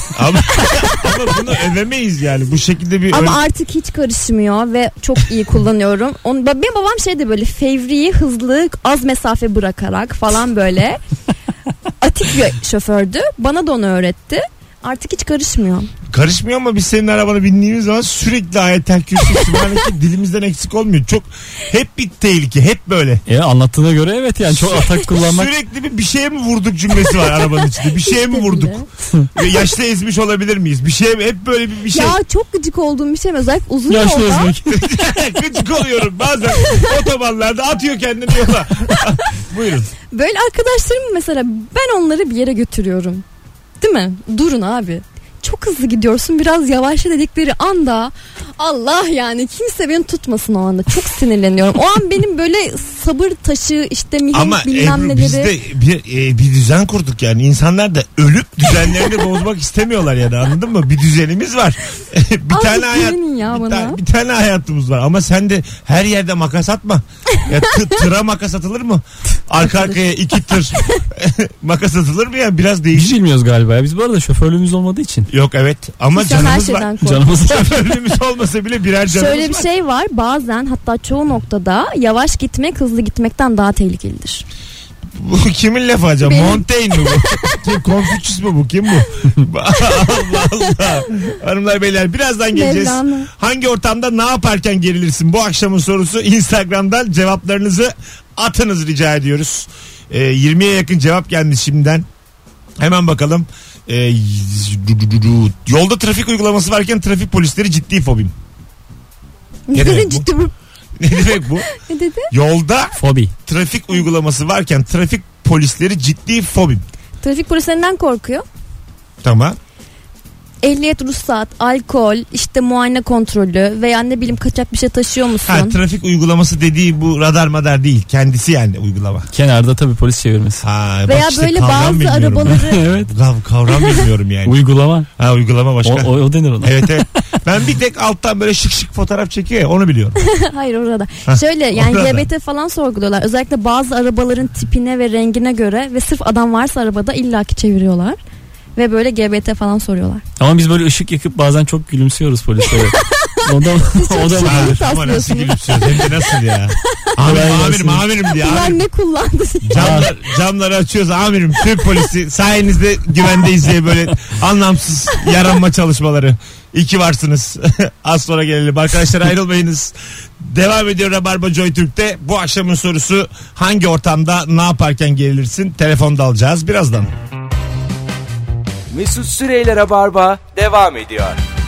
[SPEAKER 2] Ama, ama bunu övemeyiz yani. Bu şekilde bir...
[SPEAKER 4] Ama
[SPEAKER 2] öyle...
[SPEAKER 4] artık hiç karışmıyor ve çok iyi kullanıyorum. Onu, benim babam şeyde böyle fevri, hızlı, az mesafe bırakarak falan böyle. Atik bir şofördü. Bana da onu öğretti. Artık hiç karışmıyor.
[SPEAKER 2] Karışmıyor ama biz senin arabana bindiğimiz zaman sürekli ayetel kürsü sübhaneke dilimizden eksik olmuyor. Çok hep bir tehlike, hep böyle.
[SPEAKER 3] E anlattığına göre evet yani çok atak kullanmak.
[SPEAKER 2] Sürekli bir bir şeye mi vurduk cümlesi var arabanın içinde. Bir şeye mi vurduk? Yaşlı ezmiş olabilir miyiz? Bir şeye mi? Hep böyle bir, bir şey.
[SPEAKER 4] Ya çok gıcık olduğum bir şey mi? Özellikle uzun
[SPEAKER 3] Yaşlı
[SPEAKER 4] yolda.
[SPEAKER 3] ezmek.
[SPEAKER 2] Gıcık oluyorum bazen otobanlarda atıyor kendini yola. Buyurun.
[SPEAKER 4] Böyle arkadaşlarım mesela ben onları bir yere götürüyorum. Değil mi? Durun abi. Çok hızlı gidiyorsun, biraz yavaşla dedikleri anda Allah yani kimse beni tutmasın o anda. Çok sinirleniyorum. O an benim böyle sabır taşı işte mihenk
[SPEAKER 2] Ama
[SPEAKER 4] bilmem
[SPEAKER 2] Ebru
[SPEAKER 4] neleri.
[SPEAKER 2] biz de bir, e, bir düzen kurduk yani. İnsanlar da ölüp düzenlerini bozmak istemiyorlar yani, anladın mı? Bir düzenimiz var. bir
[SPEAKER 4] Abi
[SPEAKER 2] tane hayat
[SPEAKER 4] ya
[SPEAKER 2] bir,
[SPEAKER 4] bana.
[SPEAKER 2] ta, bir tane hayatımız var ama sen de her yerde makas atma. Ya tı, tıra makas atılır mı? Arka arkaya iki tır makas atılır mı ya? Biraz
[SPEAKER 3] Hiç
[SPEAKER 2] değişik.
[SPEAKER 3] bilmiyoruz galiba ya. Biz bu arada şoförlüğümüz olmadığı için.
[SPEAKER 2] Yok evet ama
[SPEAKER 4] Biz de her
[SPEAKER 2] canımız var.
[SPEAKER 4] şeyden korkuyoruz.
[SPEAKER 3] Canımız
[SPEAKER 2] Şoförlüğümüz olmasa bile birer canımız
[SPEAKER 4] Şöyle bir
[SPEAKER 2] var.
[SPEAKER 4] şey var, bazen hatta çoğu noktada yavaş gitmek hızlı gitmekten daha tehlikelidir.
[SPEAKER 2] Bu kimin lafı acaba?
[SPEAKER 4] Benim.
[SPEAKER 2] Montaigne mi bu? Kim? Confucius mu bu? Kim bu? Allah Allah. Hanımlar beyler birazdan geleceğiz.
[SPEAKER 4] Mevlana.
[SPEAKER 2] Hangi ortamda ne yaparken gerilirsin? Bu akşamın sorusu. Instagram'dan cevaplarınızı atınız rica ediyoruz. Ee, yirmiye yakın cevap geldi şimdiden. Hemen bakalım. Ee, yolda trafik uygulaması varken trafik polisleri ciddi fobim. Ne demek bu?
[SPEAKER 4] Ciddi bu.
[SPEAKER 2] Ne demek bu?
[SPEAKER 4] Ne dedi?
[SPEAKER 2] Yolda
[SPEAKER 3] Fobi.
[SPEAKER 2] trafik uygulaması varken trafik polisleri ciddi fobim.
[SPEAKER 4] Trafik polislerinden korkuyor.
[SPEAKER 2] Tamam.
[SPEAKER 4] Ehliyet, ruhsat, alkol, işte muayene kontrolü veya ne bileyim kaçak bir şey taşıyor musun?
[SPEAKER 2] Ha, trafik uygulaması dediği bu radar madar değil. Kendisi yani uygulama.
[SPEAKER 3] Kenarda tabii polis çevirmesi.
[SPEAKER 2] Ha, bak
[SPEAKER 4] Veya
[SPEAKER 2] işte
[SPEAKER 4] böyle
[SPEAKER 2] kavram
[SPEAKER 4] bazı
[SPEAKER 2] bilmiyorum ben.
[SPEAKER 4] arabaları
[SPEAKER 3] Evet.
[SPEAKER 2] Kav- Kavram bilmiyorum yani.
[SPEAKER 3] Uygulama.
[SPEAKER 2] Ha, uygulama
[SPEAKER 3] O,
[SPEAKER 2] başka.
[SPEAKER 3] o, o denir ona.
[SPEAKER 2] Evet evet. Ben bir tek alttan böyle şık şık fotoğraf çekiyor ya, onu biliyorum.
[SPEAKER 4] hayır orada.
[SPEAKER 2] Hah,
[SPEAKER 4] Şöyle yani
[SPEAKER 2] orada.
[SPEAKER 4] G B T falan sorguluyorlar. Özellikle bazı arabaların tipine ve rengine göre ve sırf adam varsa arabada illaki çeviriyorlar. Ve böyle G B T falan soruyorlar.
[SPEAKER 3] Ama biz böyle ışık yakıp bazen çok gülümsüyoruz polislere. o da o da
[SPEAKER 4] şahane
[SPEAKER 3] olabilir.
[SPEAKER 2] Ama nasıl
[SPEAKER 4] taslıyorsunuz.
[SPEAKER 2] gülümsüyoruz? Hem de nasıl ya? Amirim
[SPEAKER 3] Kolay
[SPEAKER 2] amirim
[SPEAKER 3] gelsin.
[SPEAKER 2] amirim diye.
[SPEAKER 4] Ulan
[SPEAKER 2] Amirim.
[SPEAKER 4] ne kullandı?
[SPEAKER 2] Camlar, camları açıyoruz amirim. Türk polisi sayenizde güvendeyiz diye böyle anlamsız yaranma çalışmaları. İyi ki varsınız. Az sonra gelelim. Arkadaşlar ayrılmayınız. Devam ediyor Rabarba Joy Türk'te. Bu akşamın sorusu hangi ortamda ne yaparken gerilirsin? Telefonda alacağız birazdan.
[SPEAKER 1] Mesut Süreyler'e barba devam ediyor.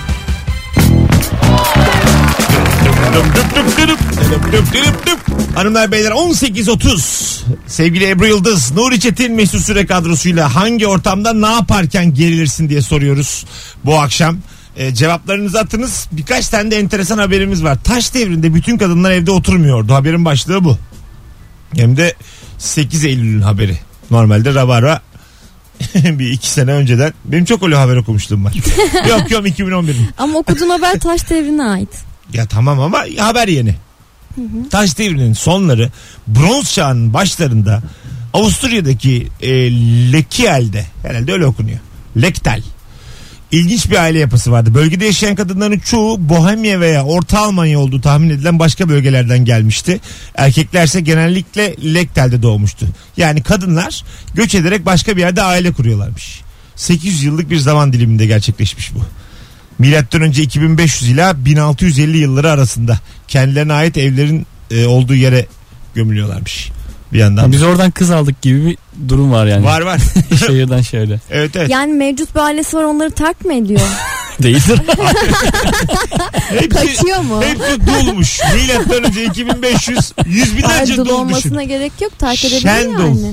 [SPEAKER 2] Hanımlar beyler on sekiz otuz sevgili Ebru Yıldız, Nuri Çetin, Mesut Süre kadrosuyla hangi ortamda ne yaparken gerilirsin diye soruyoruz bu akşam. Ee, cevaplarınızı atınız. Birkaç tane de enteresan haberimiz var. Taş devrinde bütün kadınlar evde oturmuyordu. Haberin başlığı bu. Hem de sekiz Eylül'ün haberi. Normalde Rabarba bir iki sene önceden. Benim çok öyle haber okumuşluğum var. yok yok iki bin on birin.
[SPEAKER 4] Ama okuduğun haber taş devrine ait.
[SPEAKER 2] Ya tamam ama haber yeni. Taş devrinin sonları, bronz çağının başlarında Avusturya'daki e, Lekiel'de, herhalde öyle okunuyor, Lektel, İlginç bir aile yapısı vardı. Bölgede yaşayan kadınların çoğu Bohemya veya Orta Almanya olduğu tahmin edilen başka bölgelerden gelmişti. Erkeklerse genellikle Lektel'de doğmuştu. Yani kadınlar göç ederek başka bir yerde aile kuruyorlarmış. sekiz yüz yıllık bir zaman diliminde gerçekleşmiş bu. Milattan önce iki bin beş yüz ila bin altı yüz elli yılları arasında kendilerine ait evlerin e, olduğu yere gömülüyorlarmış. Bir yandan.
[SPEAKER 3] Biz oradan kız aldık gibi bir durum var yani.
[SPEAKER 2] Var var.
[SPEAKER 3] Şehirden şehre.
[SPEAKER 2] Evet evet.
[SPEAKER 4] Yani mevcut bir ailesi var, onları terk mi ediyor?
[SPEAKER 3] Değildir.
[SPEAKER 2] Hepsi,
[SPEAKER 4] Kaçıyor mu?
[SPEAKER 2] hepsi dulmuş. Milattan önce iki bin beş yüz yüz binlerce
[SPEAKER 4] Hayır, dul
[SPEAKER 2] dul düşün.
[SPEAKER 4] olmasına gerek yok, terk edebilir
[SPEAKER 2] Şendul.
[SPEAKER 4] yani.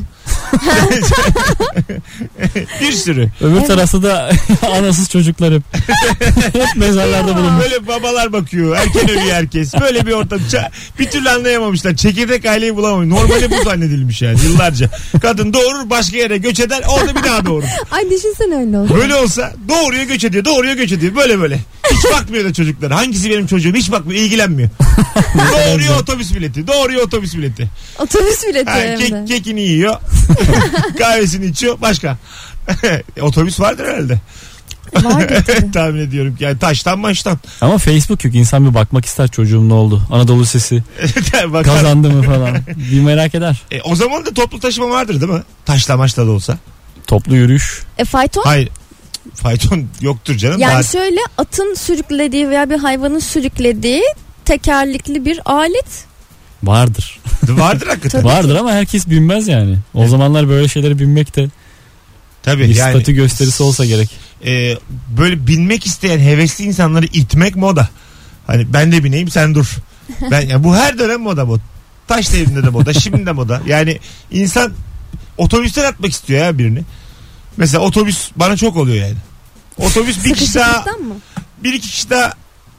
[SPEAKER 2] Bir sürü.
[SPEAKER 3] Öbür
[SPEAKER 4] Evet.
[SPEAKER 3] tarafta da anasız çocuklar hep. hep mezarlarda bulunmuş.
[SPEAKER 2] Böyle babalar bakıyor. Erken ölüyor herkes. Böyle bir ortam. Ça- bir türlü anlayamamışlar. Çekirdek aileyi bulamamış. Normali bu zannedilmiş yani yıllarca. Kadın doğurur, başka yere göç eder. Orada bir daha doğurur.
[SPEAKER 4] Ay düşünsene öyle oldu.
[SPEAKER 2] Böyle olsa doğuruyor, göç ediyor. Doğuruyor, göç ediyor. Böyle böyle. Hiç bakmıyor da çocuklara. Hangisi benim çocuğum? Hiç bakmıyor. İlgilenmiyor. Doğuruyor otobüs bileti. Doğuruyor otobüs bileti.
[SPEAKER 4] Otobüs bileti
[SPEAKER 2] Ha,
[SPEAKER 4] hem de.
[SPEAKER 2] kek, kekini yiyor. Kahvesini içiyor. Başka. Otobüs vardır herhalde.
[SPEAKER 4] Vardır tabii.
[SPEAKER 2] Tahmin ediyorum. Yani taştan maçtan.
[SPEAKER 3] Ama Facebook yok. İnsan bir bakmak ister çocuğum ne oldu. Anadolu Sesi
[SPEAKER 2] Bakar.
[SPEAKER 3] kazandı mı falan. Bir merak eder.
[SPEAKER 2] E, o zaman da toplu taşıma vardır değil mi? Taşla maçla da olsa.
[SPEAKER 3] Toplu yürüyüş.
[SPEAKER 4] E fayton?
[SPEAKER 2] Hayır. Fayton yoktur canım.
[SPEAKER 4] Yani
[SPEAKER 2] Daha-
[SPEAKER 4] şöyle atın sürüklediği veya bir hayvanın sürüklediği tekerlekli bir alet.
[SPEAKER 3] Vardır.
[SPEAKER 2] Vardır hakikaten.
[SPEAKER 4] Tabii
[SPEAKER 3] Vardır
[SPEAKER 4] ki.
[SPEAKER 3] ama herkes binmez yani. O
[SPEAKER 2] Evet.
[SPEAKER 3] zamanlar böyle şeylere binmek de
[SPEAKER 2] Tabii
[SPEAKER 3] bir
[SPEAKER 2] yani.
[SPEAKER 3] statü gösterisi olsa gerek.
[SPEAKER 2] e, böyle binmek isteyen hevesli insanları itmek moda. Hani ben de bineyim sen dur. Ben yani bu her dönem moda bu. Taş devrinde de moda, şimdi de moda. Yani insan otobüsten atmak istiyor ya birini. Mesela otobüs bana çok oluyor yani. Otobüs bir kişi daha,
[SPEAKER 4] Sıkışıklıktan mı?
[SPEAKER 2] bir iki kişi daha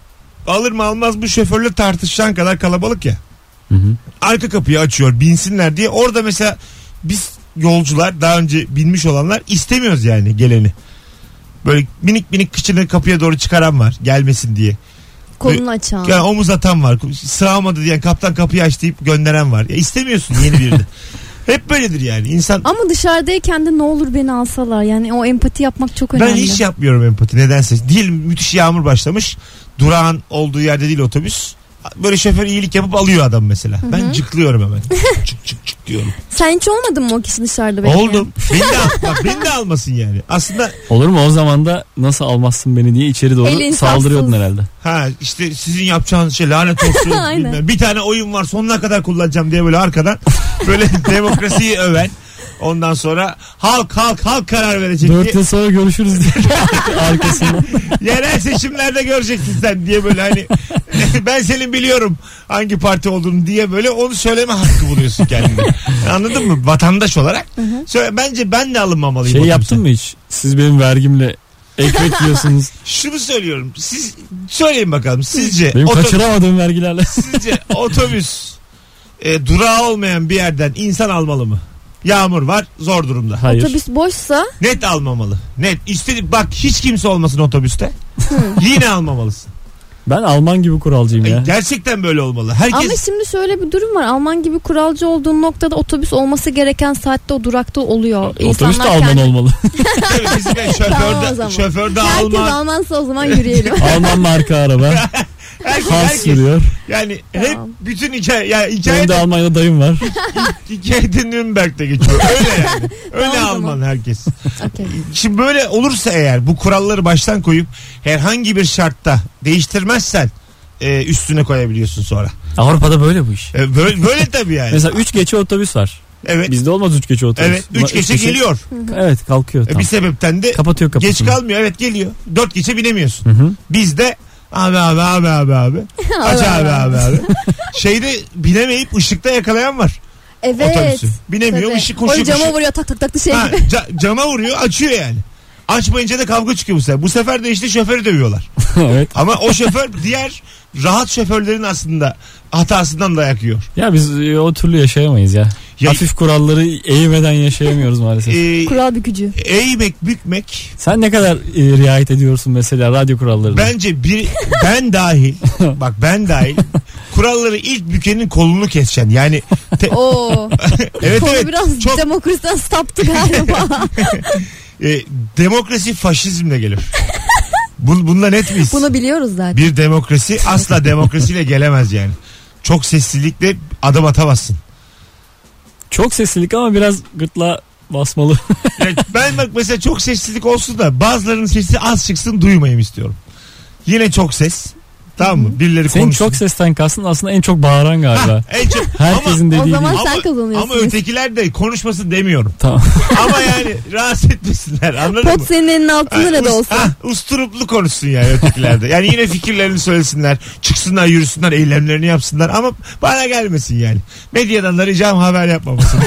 [SPEAKER 2] alır mı almaz bu şoförle tartışan kadar kalabalık ya.
[SPEAKER 3] Hı hı.
[SPEAKER 2] Arka kapıyı açıyor binsinler diye. Orada mesela biz yolcular, daha önce binmiş olanlar istemiyoruz yani geleni. Böyle minik minik kıçını kapıya doğru çıkaran var gelmesin diye.
[SPEAKER 4] Kolunu açan.
[SPEAKER 2] Yani omuz atan var. Sığamadı diyen kaptan kapıyı aç deyip gönderen var. Ya istemiyorsun yeni birini. Hep böyledir yani. İnsan
[SPEAKER 4] Ama dışarıdayken de ne olur beni alsalar. Yani o empati yapmak çok önemli.
[SPEAKER 2] ben hiç yapmıyorum empati nedense. Diyelim müthiş yağmur başlamış. Durağın olduğu yerde değil otobüs. Böyle şoför iyilik yapıp alıyor adam mesela.
[SPEAKER 4] Hı-hı.
[SPEAKER 2] Ben cıklıyorum hemen. Çık çık çık diyorum.
[SPEAKER 4] Sen hiç olmadın mı o kişi dışarıda bekleyen?
[SPEAKER 2] Oldum. Beni de, al- bak, beni de almasın yani. Aslında
[SPEAKER 3] Olur mu o zaman da nasıl almazsın beni diye içeri doğru
[SPEAKER 4] Elin
[SPEAKER 3] saldırıyordun
[SPEAKER 4] sapsız.
[SPEAKER 3] herhalde.
[SPEAKER 2] ha işte sizin yapacağınız şey lanet olsun.
[SPEAKER 4] Aynen.
[SPEAKER 2] bilmem. Bir tane oyun var sonuna kadar kullanacağım diye böyle arkadan böyle demokrasiyi öven. Ondan sonra halk halk halk karar verecek
[SPEAKER 3] Dört
[SPEAKER 2] diye.
[SPEAKER 3] yıl sonra görüşürüz diye arkasında.
[SPEAKER 2] Yerel seçimlerde göreceksin sen diye böyle hani ben senin biliyorum hangi parti olduğunu diye böyle onu söyleme hakkı buluyorsun kendine. Anladın mı? Vatandaş olarak. Söyle, bence ben de alınmamalıyım.
[SPEAKER 3] Şey
[SPEAKER 2] otobüse.
[SPEAKER 3] yaptın mı hiç? Siz benim vergimle ekmek yiyorsunuz.
[SPEAKER 2] Şunu söylüyorum. Siz söyleyin bakalım. Sizce
[SPEAKER 3] Benim
[SPEAKER 2] otobüs,
[SPEAKER 3] kaçıramadığım vergilerle.
[SPEAKER 2] sizce otobüs e, durağı olmayan bir yerden insan almalı mı? Yağmur var, zor durumda.
[SPEAKER 3] Hayır.
[SPEAKER 4] Otobüs boşsa
[SPEAKER 2] Net almamalı. Net. İstedi bak hiç kimse olmasın otobüste. Yine almamalısın.
[SPEAKER 3] Ben Alman gibi kuralcıyım ya.
[SPEAKER 2] Gerçekten böyle olmalı. Herkes
[SPEAKER 4] ama şimdi şöyle bir durum var. Alman gibi kuralcı olduğun noktada otobüs olması gereken saatte o durakta oluyor.
[SPEAKER 3] Otobüs de
[SPEAKER 4] İnsanlar
[SPEAKER 3] Alman
[SPEAKER 4] kendi-
[SPEAKER 3] olmalı.
[SPEAKER 2] tabii bizim de
[SPEAKER 4] Tamam o
[SPEAKER 2] şoförde,
[SPEAKER 4] zaman.
[SPEAKER 2] şoförde
[SPEAKER 4] Herkes
[SPEAKER 2] Alman.
[SPEAKER 4] Almansa o zaman yürüyelim.
[SPEAKER 3] Alman marka araba.
[SPEAKER 2] Herkes,
[SPEAKER 3] Has
[SPEAKER 2] herkes.
[SPEAKER 3] sürüyor.
[SPEAKER 2] Yani
[SPEAKER 4] Tamam.
[SPEAKER 2] hep bütün hikaye, yani
[SPEAKER 3] Benim
[SPEAKER 2] hikaye
[SPEAKER 3] de
[SPEAKER 2] de,
[SPEAKER 3] Almanya'da dayım var.
[SPEAKER 2] hikaye Nürnberg'de geçiyor. Öyle yani. Öyle
[SPEAKER 4] Tamam,
[SPEAKER 2] Alman
[SPEAKER 4] tamam.
[SPEAKER 2] herkes.
[SPEAKER 4] Okey.
[SPEAKER 2] Şimdi böyle olursa eğer bu kuralları baştan koyup herhangi bir şartta değiştirmezsen e, üstüne koyabiliyorsun sonra.
[SPEAKER 3] Avrupa'da böyle bu iş.
[SPEAKER 2] E, böyle, böyle tabii yani.
[SPEAKER 3] Mesela üç geçe otobüs var.
[SPEAKER 2] Evet.
[SPEAKER 3] Bizde olmaz üç geçe otobüs.
[SPEAKER 2] Evet.
[SPEAKER 3] Bunlar
[SPEAKER 2] Üç geçe geliyor.
[SPEAKER 3] Evet kalkıyor.
[SPEAKER 2] E,
[SPEAKER 3] Tamam.
[SPEAKER 2] bir sebepten de
[SPEAKER 3] Kapatıyor kapısını.
[SPEAKER 2] geç kalmıyor. Evet geliyor. Dört geçe binemiyorsun.
[SPEAKER 3] Hı hı.
[SPEAKER 2] Bizde abi abi abi abi abi. Aç abi abi abi. Şeyde binemeyip ışıkta yakalayan var.
[SPEAKER 4] Evet.
[SPEAKER 2] Otobüsü. Binemiyor
[SPEAKER 4] Tabii.
[SPEAKER 2] ışık
[SPEAKER 4] O
[SPEAKER 2] koşuyor.
[SPEAKER 4] cama
[SPEAKER 2] koşuyor.
[SPEAKER 4] vuruyor tak tak tak da şey
[SPEAKER 2] Ha,
[SPEAKER 4] gibi.
[SPEAKER 2] ca- cama vuruyor açıyor yani. Açmayınca da kavga çıkıyor bu sefer. Bu sefer de işte şoförü dövüyorlar.
[SPEAKER 3] Evet.
[SPEAKER 2] Ama o şoför diğer rahat şoförlerin aslında hatasından dayak yiyor.
[SPEAKER 3] Ya biz e, o türlü yaşayamayız ya.
[SPEAKER 2] Ya-
[SPEAKER 3] Hafif kuralları eğmeden yaşayamıyoruz maalesef.
[SPEAKER 2] Ee,
[SPEAKER 4] Kural bükücü.
[SPEAKER 2] eğmek bükmek
[SPEAKER 3] Sen ne kadar e, riayet ediyorsun mesela radyo kurallarına?
[SPEAKER 2] bence bir ben dahil bak ben dahil kuralları ilk bükenin kolunu keseceksin. Yani te-
[SPEAKER 4] Oo.
[SPEAKER 2] evet
[SPEAKER 4] Konu
[SPEAKER 2] evet
[SPEAKER 4] biraz
[SPEAKER 2] çok
[SPEAKER 4] demokrasiden saptı galiba.
[SPEAKER 2] e, demokrasi faşizmle gelir. Bun, bunda net miyiz?
[SPEAKER 4] Bunu biliyoruz zaten.
[SPEAKER 2] Bir demokrasi asla demokrasiyle gelemez yani. Çok sessizlikle adım atamazsın.
[SPEAKER 3] Çok seslilik ama biraz gırtlağa basmalı.
[SPEAKER 2] Yani ben bak mesela çok sessizlik olsun da bazılarının sesi az çıksın duymayayım istiyorum. Yine çok ses. Tamam mı? Birileri
[SPEAKER 3] Senin
[SPEAKER 2] konuşsun.
[SPEAKER 3] çok sesten kastın aslında en çok bağıran galiba.
[SPEAKER 2] Ha, en çok,
[SPEAKER 3] Herkesin
[SPEAKER 2] ama,
[SPEAKER 4] O
[SPEAKER 3] dediği
[SPEAKER 4] zaman
[SPEAKER 3] değil.
[SPEAKER 4] sen
[SPEAKER 2] ama,
[SPEAKER 4] kazanıyorsun.
[SPEAKER 2] ama ötekiler de konuşmasın demiyorum.
[SPEAKER 3] Tamam.
[SPEAKER 2] Ama yani rahatsız etmesinler anladın mı?
[SPEAKER 4] Pot senin elinin altında ne de
[SPEAKER 2] us-
[SPEAKER 4] olsa.
[SPEAKER 2] ha, usturuplu konuşsun yani ötekilerde. Yani yine fikirlerini söylesinler. Çıksınlar yürüsünler eylemlerini yapsınlar. Ama bana gelmesin yani. Medyadan da ricam haber yapmamasın.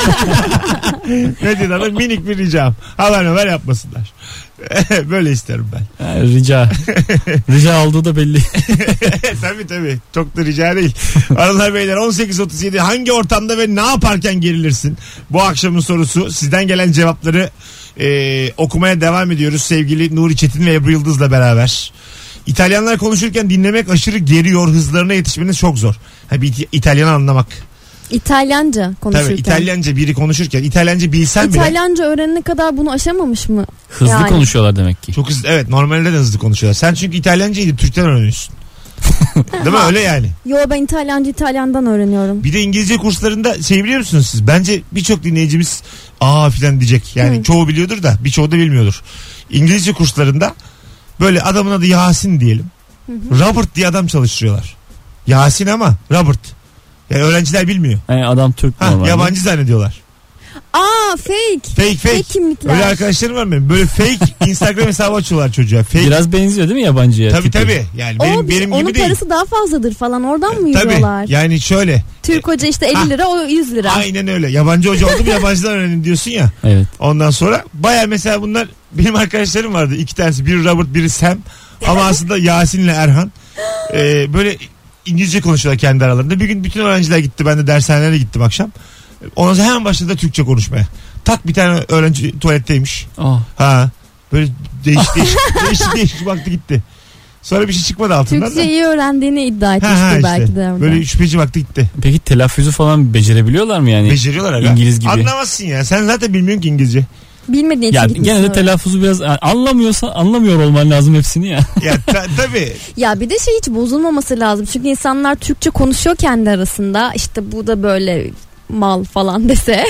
[SPEAKER 2] Medyadan da minik bir ricam. Haber haber yapmasınlar. Böyle isterim ben.
[SPEAKER 3] Ha, rica. Rica olduğu da belli.
[SPEAKER 2] Tabii tabii. Çok da rica değil. Hanımlar beyler on sekiz otuz yedi hangi ortamda ve ne yaparken gerilirsin? Bu akşamın sorusu. Sizden gelen cevapları e, okumaya devam ediyoruz. Sevgili Nuri Çetin ve Ebru Yıldız'la beraber. İtalyanlar konuşurken dinlemek aşırı geriyor. Hızlarına yetişmeniz çok zor. Ha, bir İtalyanı anlamak.
[SPEAKER 4] İtalyanca konuşurken.
[SPEAKER 2] Tabii İtalyanca biri konuşurken İtalyanca bilsen bile.
[SPEAKER 4] İtalyanca öğrenene kadar bunu aşamamış mı?
[SPEAKER 3] Hızlı
[SPEAKER 4] Yani.
[SPEAKER 3] konuşuyorlar demek ki.
[SPEAKER 2] Çok hızlı, evet, normalde de hızlı konuşuyorlar. Sen çünkü İtalyancayı Türk'ten öğreniyorsun. Değil mi öyle yani?
[SPEAKER 4] Yo, ben İtalyanca İtalyan'dan öğreniyorum.
[SPEAKER 2] Bir de İngilizce kurslarında şey biliyor musunuz siz? Bence birçok dinleyicimiz aa filan diyecek. Yani
[SPEAKER 4] Hı.
[SPEAKER 2] çoğu biliyordur da birçoğu da bilmiyordur. İngilizce kurslarında böyle adamın adı Yasin diyelim.
[SPEAKER 4] Hı hı.
[SPEAKER 2] Robert diye adam çalıştırıyorlar. Yasin ama Robert. Yani öğrenciler bilmiyor.
[SPEAKER 3] Yani adam Türk
[SPEAKER 2] Ha,
[SPEAKER 3] normalde.
[SPEAKER 2] yabancı zannediyorlar.
[SPEAKER 4] Aa, fake.
[SPEAKER 2] Fake fake.
[SPEAKER 4] Fake kimlikler.
[SPEAKER 2] Öyle arkadaşlarım var benim. Böyle fake Instagram hesabı açıyorlar çocuğa. Fake.
[SPEAKER 3] Biraz benziyor değil mi yabancıya?
[SPEAKER 2] Tabii
[SPEAKER 3] tipi?
[SPEAKER 2] tabii. Yani benim,
[SPEAKER 4] o,
[SPEAKER 2] benim
[SPEAKER 4] onun
[SPEAKER 2] gibi değil.
[SPEAKER 4] parası daha fazladır falan, oradan mı
[SPEAKER 2] Tabii.
[SPEAKER 4] yürüyorlar?
[SPEAKER 2] Yani şöyle.
[SPEAKER 4] Türk hoca işte elli
[SPEAKER 2] Ha.
[SPEAKER 4] lira, o yüz lira.
[SPEAKER 2] Aynen öyle. Yabancı hoca oldum, yabancıdan öğrenin diyorsun ya.
[SPEAKER 3] Evet.
[SPEAKER 2] Ondan sonra baya mesela bunlar benim arkadaşlarım vardı. İki tanesi, biri Robert, biri Sam. Ama aslında Yasin'le Erhan. Ee, böyle İngilizce konuşuyorlar kendi aralarında. Bir gün bütün öğrenciler gitti. Ben de dershanelere gittim akşam. Ondan sonra hemen başladı Türkçe konuşmaya. Tak, bir tane öğrenci tuvaletteymiş.
[SPEAKER 3] Oh.
[SPEAKER 2] Ha. Böyle değişik değişik değişik değişik baktı gitti. Sonra bir şey çıkmadı altından
[SPEAKER 4] Türkçe
[SPEAKER 2] da.
[SPEAKER 4] iyi öğrendiğini iddia etmiştir
[SPEAKER 2] Ha, ha işte.
[SPEAKER 4] belki de orada.
[SPEAKER 2] Böyle şüpheci baktı gitti.
[SPEAKER 3] Peki telaffuzu falan becerebiliyorlar mı yani?
[SPEAKER 2] Beceriyorlar aga.
[SPEAKER 3] İngiliz gibi.
[SPEAKER 2] Anlamazsın ya. Sen zaten bilmiyorsun ki İngilizce.
[SPEAKER 4] Bilmediğin için
[SPEAKER 3] Ya
[SPEAKER 4] gitmişsin
[SPEAKER 3] gene de
[SPEAKER 4] oraya.
[SPEAKER 3] telaffuzu biraz yani anlamıyorsa anlamıyor olman lazım hepsini ya.
[SPEAKER 2] Ya ta, tabii.
[SPEAKER 4] Ya bir de şey, hiç bozulmaması lazım. Çünkü insanlar Türkçe konuşuyor kendi arasında. İşte bu da böyle mal falan dese.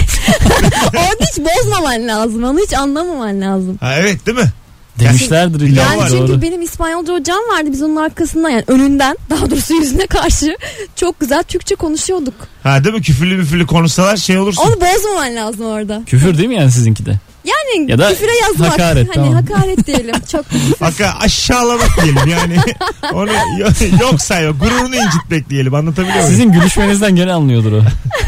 [SPEAKER 4] Onu hiç bozmaman lazım. Onu hiç anlamaman lazım.
[SPEAKER 2] Ha, evet değil mi?
[SPEAKER 3] Demişlerdir illa.
[SPEAKER 2] Yani
[SPEAKER 4] Yani
[SPEAKER 3] doğru.
[SPEAKER 4] çünkü benim İspanyolca hocam vardı, biz onun arkasından, yani önünden, daha doğrusu yüzüne karşı çok güzel Türkçe konuşuyorduk.
[SPEAKER 2] Ha değil mi? Küfürlü müfürlü konuşsalar şey olursun.
[SPEAKER 4] Onu bozmaman lazım orada.
[SPEAKER 3] Küfür değil mi yani sizinki de?
[SPEAKER 4] Yani
[SPEAKER 3] Ya da
[SPEAKER 4] küfüre yazmak.
[SPEAKER 3] hakaret,
[SPEAKER 4] Hani
[SPEAKER 3] tamam.
[SPEAKER 4] hakaret diyelim. Çok
[SPEAKER 2] Hakikaten aşağılamak diyelim yani. Onu yo- yok sayıyor. Gururunu incitmek diyelim. Anlatabiliyor muyum?
[SPEAKER 3] Sizin gülüşmenizden gene anlıyordur o.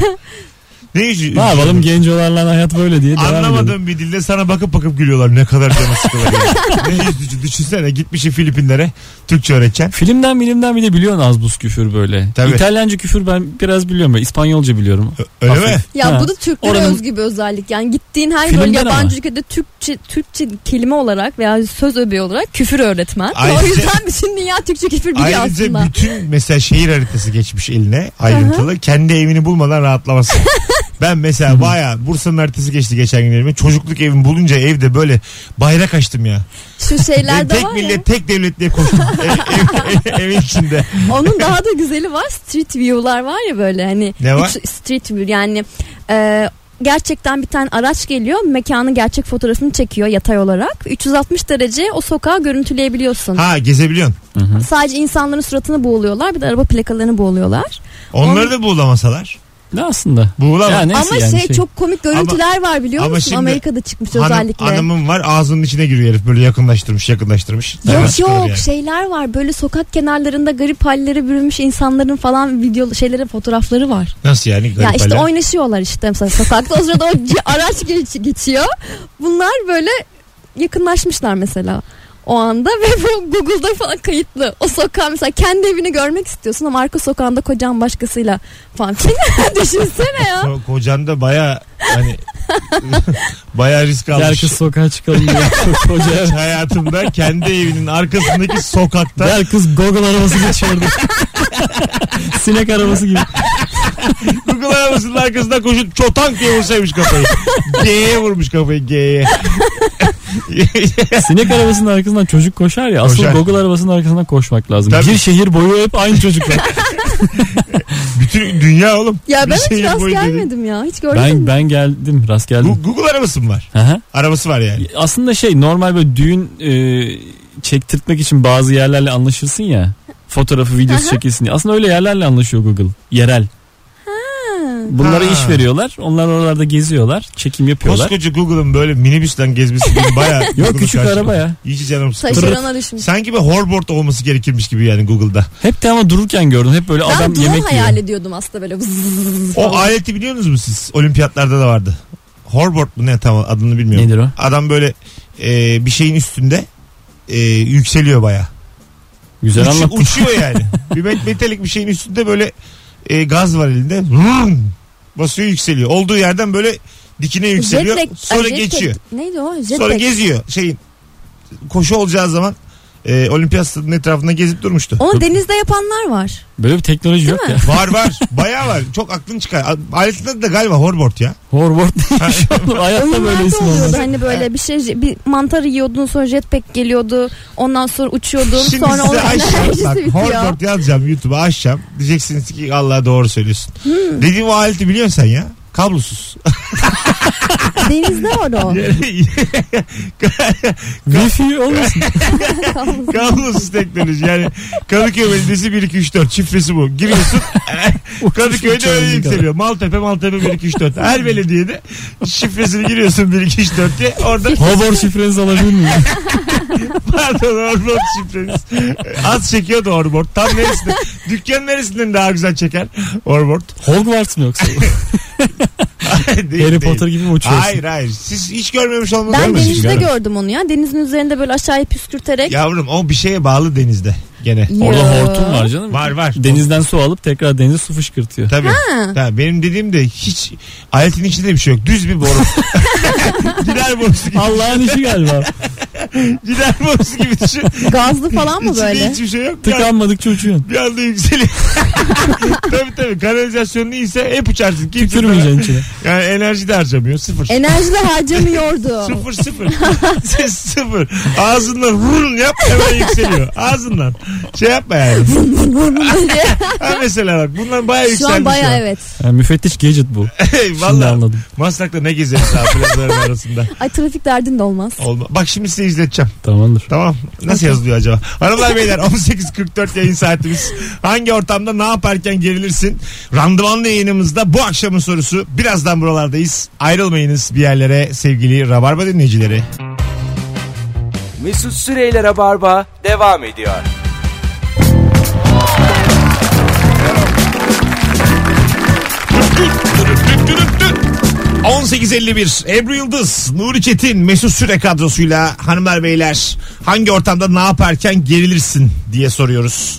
[SPEAKER 2] Ne, üz-
[SPEAKER 3] Ne yapalım, gencolarla hayat böyle diye devam edelim.
[SPEAKER 2] Anlamadığım bir dilde sana bakıp bakıp gülüyorlar. Ne kadar canı sıkılır. Yani. Ne üzücü. Düşünsene, gitmişim Filipinlere Türkçe öğreteceksin.
[SPEAKER 3] Filmden bilimden bir de biliyorsun az buz küfür böyle.
[SPEAKER 2] Tabii.
[SPEAKER 3] İtalyanca küfür ben biraz biliyorum böyle. İspanyolca biliyorum.
[SPEAKER 2] Öyle
[SPEAKER 3] Hafif.
[SPEAKER 2] mi?
[SPEAKER 4] Ya
[SPEAKER 3] Ha.
[SPEAKER 4] bu da Türklere
[SPEAKER 3] Oranın-
[SPEAKER 4] özgü bir özellik. Yani gittiğin her
[SPEAKER 3] Filmden
[SPEAKER 4] böyle yabancı
[SPEAKER 3] ama.
[SPEAKER 4] ülkede Türkçe Türkçe kelime olarak veya söz öbeği olarak küfür öğretmen.
[SPEAKER 2] Ayrıca-
[SPEAKER 4] O yüzden bütün dünya Türkçe küfür biliyor
[SPEAKER 2] Ayrıca
[SPEAKER 4] aslında.
[SPEAKER 2] bütün mesela şehir haritası geçmiş eline ayrıntılı. Kendi evini bulmadan rahatlamasın. Ben mesela bayağı Bursa'nın haritası geçti geçen gün elime. Çocukluk evimi bulunca evde böyle bayrak açtım ya.
[SPEAKER 4] Şu
[SPEAKER 2] Ben
[SPEAKER 4] şeyler de
[SPEAKER 2] tek
[SPEAKER 4] var
[SPEAKER 2] millet
[SPEAKER 4] ya.
[SPEAKER 2] tek devlet diye koştum ev, ev- ev- evin içinde.
[SPEAKER 4] Onun daha da güzeli var. Street view'lar var ya böyle hani.
[SPEAKER 2] Ne var?
[SPEAKER 4] Üç- street view yani e, gerçekten bir tane araç geliyor. Mekanın gerçek fotoğrafını çekiyor yatay olarak. üç yüz altmış derece o sokağı görüntüleyebiliyorsun.
[SPEAKER 2] Ha, gezebiliyorsun.
[SPEAKER 3] Hı hı.
[SPEAKER 4] Sadece insanların suratını buğuluyorlar. Bir de araba plakalarını buğuluyorlar.
[SPEAKER 2] Onları
[SPEAKER 4] On-
[SPEAKER 2] da buğulamasalar.
[SPEAKER 3] Ne aslında?
[SPEAKER 2] Buğulama.
[SPEAKER 3] Ya neyse
[SPEAKER 4] Ama
[SPEAKER 3] yani
[SPEAKER 4] şey, çok komik görüntüler var biliyor
[SPEAKER 2] ama
[SPEAKER 4] musun?
[SPEAKER 2] şimdi
[SPEAKER 4] Amerika'da çıkmış
[SPEAKER 2] Hanım,
[SPEAKER 4] özellikle.
[SPEAKER 2] hanımım var, ağzının içine giriyor herif, böyle yakınlaştırmış yakınlaştırmış. Hemen
[SPEAKER 4] Yok
[SPEAKER 2] sıkılır
[SPEAKER 4] yok
[SPEAKER 2] yani.
[SPEAKER 4] şeyler var, böyle sokak kenarlarında garip hallere bürünmüş insanların falan video şeylerin fotoğrafları var.
[SPEAKER 2] Nasıl yani? Garip
[SPEAKER 4] Ya işte
[SPEAKER 2] hala.
[SPEAKER 4] oynaşıyorlar işte mesela sokakta, o sırada o c- araç geç, geçiyor. Bunlar böyle yakınlaşmışlar mesela o anda ve bu Google'da falan kayıtlı. O sokağı mesela kendi evini görmek istiyorsun ama arka sokağında kocan başkasıyla falan. Düşünsene ya.
[SPEAKER 2] Ko- kocan da baya hani baya risk
[SPEAKER 3] Gel
[SPEAKER 2] almış.
[SPEAKER 3] kız sokağa çıkalım diye. Koca.
[SPEAKER 2] Hayatımda kendi evinin arkasındaki sokakta
[SPEAKER 3] Gel kız Google arabası geçiyordu. Sinek arabası gibi.
[SPEAKER 2] Google arabasının arkasından koşup çotank diye vursaymış kafayı. G'ye vurmuş kafayı, G'ye.
[SPEAKER 3] Sinek arabasının arkasından çocuk koşar ya. Asıl
[SPEAKER 2] Koşar.
[SPEAKER 3] Google arabasının arkasından koşmak lazım.
[SPEAKER 2] Tabii.
[SPEAKER 3] Bir şehir boyu hep aynı çocuklar.
[SPEAKER 2] Bütün dünya oğlum.
[SPEAKER 4] Ya ben
[SPEAKER 2] Bir
[SPEAKER 4] hiç
[SPEAKER 2] şehir
[SPEAKER 4] rast
[SPEAKER 2] boyu dedi.
[SPEAKER 4] gelmedim ya. Hiç gördün
[SPEAKER 3] ben
[SPEAKER 4] mü?
[SPEAKER 3] ben geldim, rast geldim.
[SPEAKER 2] Gu- Google arabası mı var?
[SPEAKER 3] Hı hı.
[SPEAKER 2] Arabası var yani.
[SPEAKER 3] Aslında şey, normal böyle düğün e, çektirtmek için bazı yerlerle anlaşırsın ya. Fotoğrafı, videosu
[SPEAKER 4] Aha.
[SPEAKER 3] çekilsin diye. Aslında öyle yerlerle anlaşıyor Google. Yerel. Bunlara
[SPEAKER 2] Ha.
[SPEAKER 3] iş veriyorlar. Onlar oralarda geziyorlar. Çekim yapıyorlar.
[SPEAKER 2] Koskoca Google'ın böyle minibüsten gezmesi benim bayağı...
[SPEAKER 3] Yok,
[SPEAKER 2] Google'ın
[SPEAKER 3] küçük
[SPEAKER 2] karşıma.
[SPEAKER 3] araba ya.
[SPEAKER 2] İyice canım sıkıldı.
[SPEAKER 4] Taşırana düşmüş.
[SPEAKER 2] Sanki bir hoverboard olması gerekirmiş gibi yani Google'da.
[SPEAKER 3] Hep de ama dururken gördüm. Hep böyle
[SPEAKER 4] Ben
[SPEAKER 3] adam
[SPEAKER 4] drone
[SPEAKER 3] yemek
[SPEAKER 4] hayal
[SPEAKER 3] yiyor.
[SPEAKER 4] ediyordum aslında böyle. Vızz
[SPEAKER 2] O
[SPEAKER 4] falan.
[SPEAKER 2] aleti biliyor musunuz siz? Olimpiyatlarda da vardı. Hoverboard mu ne, tam adını bilmiyorum.
[SPEAKER 3] Nedir o?
[SPEAKER 2] Adam böyle e, bir şeyin üstünde e, yükseliyor bayağı.
[SPEAKER 3] Güzel
[SPEAKER 2] Uç-
[SPEAKER 3] anlattın.
[SPEAKER 2] uçuyor yani. Bir met- metalik bir şeyin üstünde böyle e, gaz var elinde. Vrum! Basıyor, yükseliyor. Olduğu yerden böyle dikine yükseliyor.
[SPEAKER 4] Jetlag-
[SPEAKER 2] Sonra
[SPEAKER 4] ay, jetlag-
[SPEAKER 2] geçiyor.
[SPEAKER 4] Neydi o? Jetlag.
[SPEAKER 2] Sonra geziyor. Şeyin koşu olacağı zaman e, olimpiyat stadının etrafında gezip durmuştu.
[SPEAKER 4] Onu denizde yapanlar var.
[SPEAKER 3] Böyle bir teknoloji yok
[SPEAKER 4] mi?
[SPEAKER 3] ya.
[SPEAKER 2] Var var. Bayağı var. Çok aklın çıkar. Aletinde adı da galiba hoverboard ya.
[SPEAKER 3] Hoverboard neymiş oğlum? Hayatta böyle
[SPEAKER 4] Oyunlarda
[SPEAKER 3] isim
[SPEAKER 4] oluyordu
[SPEAKER 3] olmaz.
[SPEAKER 4] hani böyle bir şey, bir mantar yiyordun, sonra jetpack geliyordu, ondan sonra uçuyordun,
[SPEAKER 2] Şimdi
[SPEAKER 4] sonra onun
[SPEAKER 2] size açacağım.
[SPEAKER 4] enerjisi
[SPEAKER 2] Bak,
[SPEAKER 4] bitiyor.
[SPEAKER 2] hoverboard yazacağım YouTube'a, açacağım. Diyeceksiniz ki Allah doğru söylüyorsun.
[SPEAKER 4] Hmm.
[SPEAKER 2] Dediğim o aleti biliyorsun sen ya. Kablosuz.
[SPEAKER 4] Denizde var o.
[SPEAKER 3] Wi-Fi olmasın?
[SPEAKER 2] Kablosuz teknoloji yani. Kadıköy Belediyesi bir iki üç dört şifresi bu. Giriyorsun. Kadıköy'de öyle yükseliyor. Maltepe Maltepe bir iki üç dört. Her belediyede şifresini giriyorsun bir iki üç dört diye. Orada
[SPEAKER 3] Hover şifrenizi alabilir miyim?
[SPEAKER 2] pardon hoverboard şifreniz. Az çekiyor da hoverboard. Tam neresinde? Dükkanın neresinden daha güzel çeker hoverboard?
[SPEAKER 3] Hogwarts mı yoksa?
[SPEAKER 2] Değil,
[SPEAKER 3] Harry
[SPEAKER 2] değil.
[SPEAKER 3] Potter gibi mi uçuyorsun?
[SPEAKER 2] Hayır hayır. Siz hiç görmemiş olmanız
[SPEAKER 4] Ben
[SPEAKER 2] görmemiş
[SPEAKER 4] denizde
[SPEAKER 2] gibi.
[SPEAKER 4] gördüm onu ya. Denizin üzerinde böyle aşağıya püskürterek.
[SPEAKER 2] Yavrum o bir şeye bağlı denizde gene.
[SPEAKER 3] Orada
[SPEAKER 4] Yo.
[SPEAKER 3] hortum var canım.
[SPEAKER 2] Var var.
[SPEAKER 3] Denizden su alıp tekrar denize su fışkırtıyor.
[SPEAKER 2] Tabii. Tabii. Benim dediğim de hiç aletin içinde bir şey yok. Düz bir boru. Gider borusu gibi.
[SPEAKER 3] Allah'ın işi galiba.
[SPEAKER 2] Gider borusu gibi düşün.
[SPEAKER 4] Gazlı falan mı
[SPEAKER 2] İçinde
[SPEAKER 4] böyle?
[SPEAKER 2] hiçbir şey yok. Bir, an,
[SPEAKER 3] Tıkanmadıkça uçuyorsun.
[SPEAKER 2] bir anda yükseliyor. tabii tabii. Kanalizasyonun iyiyse hep uçarsın. Kimse sana-
[SPEAKER 3] Tükürmeyeceksin içine.
[SPEAKER 2] Yani enerji de harcamıyor. Sıfır.
[SPEAKER 4] Enerji de harcamıyordu.
[SPEAKER 2] Sıfır sıfır. Ses sıfır. Ağzından vurun yap hemen yükseliyor. Ağzından. Şey yapma yani. Ha mesela bak bunlar bayağı yükseldi.
[SPEAKER 4] Şu an bayağı evet.
[SPEAKER 3] Yani müfettiş gadget bu. Şimdi
[SPEAKER 2] Vallahi
[SPEAKER 3] anladım.
[SPEAKER 2] Maslak'ta ne gezeriz abi plazların arasında.
[SPEAKER 4] Ay trafik derdin de olmaz.
[SPEAKER 2] Olma. Bak şimdi size izleteceğim.
[SPEAKER 3] Tamamdır.
[SPEAKER 2] Tamam. Nasıl yazılıyor acaba? Hanımlar beyler on sekiz kırk dört yayın saatimiz. Hangi ortamda ne yaparken gerilirsin? Randımanlı yayınımızda bu akşamın sorusu. Birazdan buralardayız. Ayrılmayınız bir yerlere sevgili Rabarba dinleyicileri.
[SPEAKER 1] Mesut Süreyler'e barba devam ediyor.
[SPEAKER 2] on sekiz elli bir Ebru Yıldız, Nuri Çetin, Mesut Süre kadrosuyla hanımlar beyler hangi ortamda ne yaparken gerilirsin diye soruyoruz.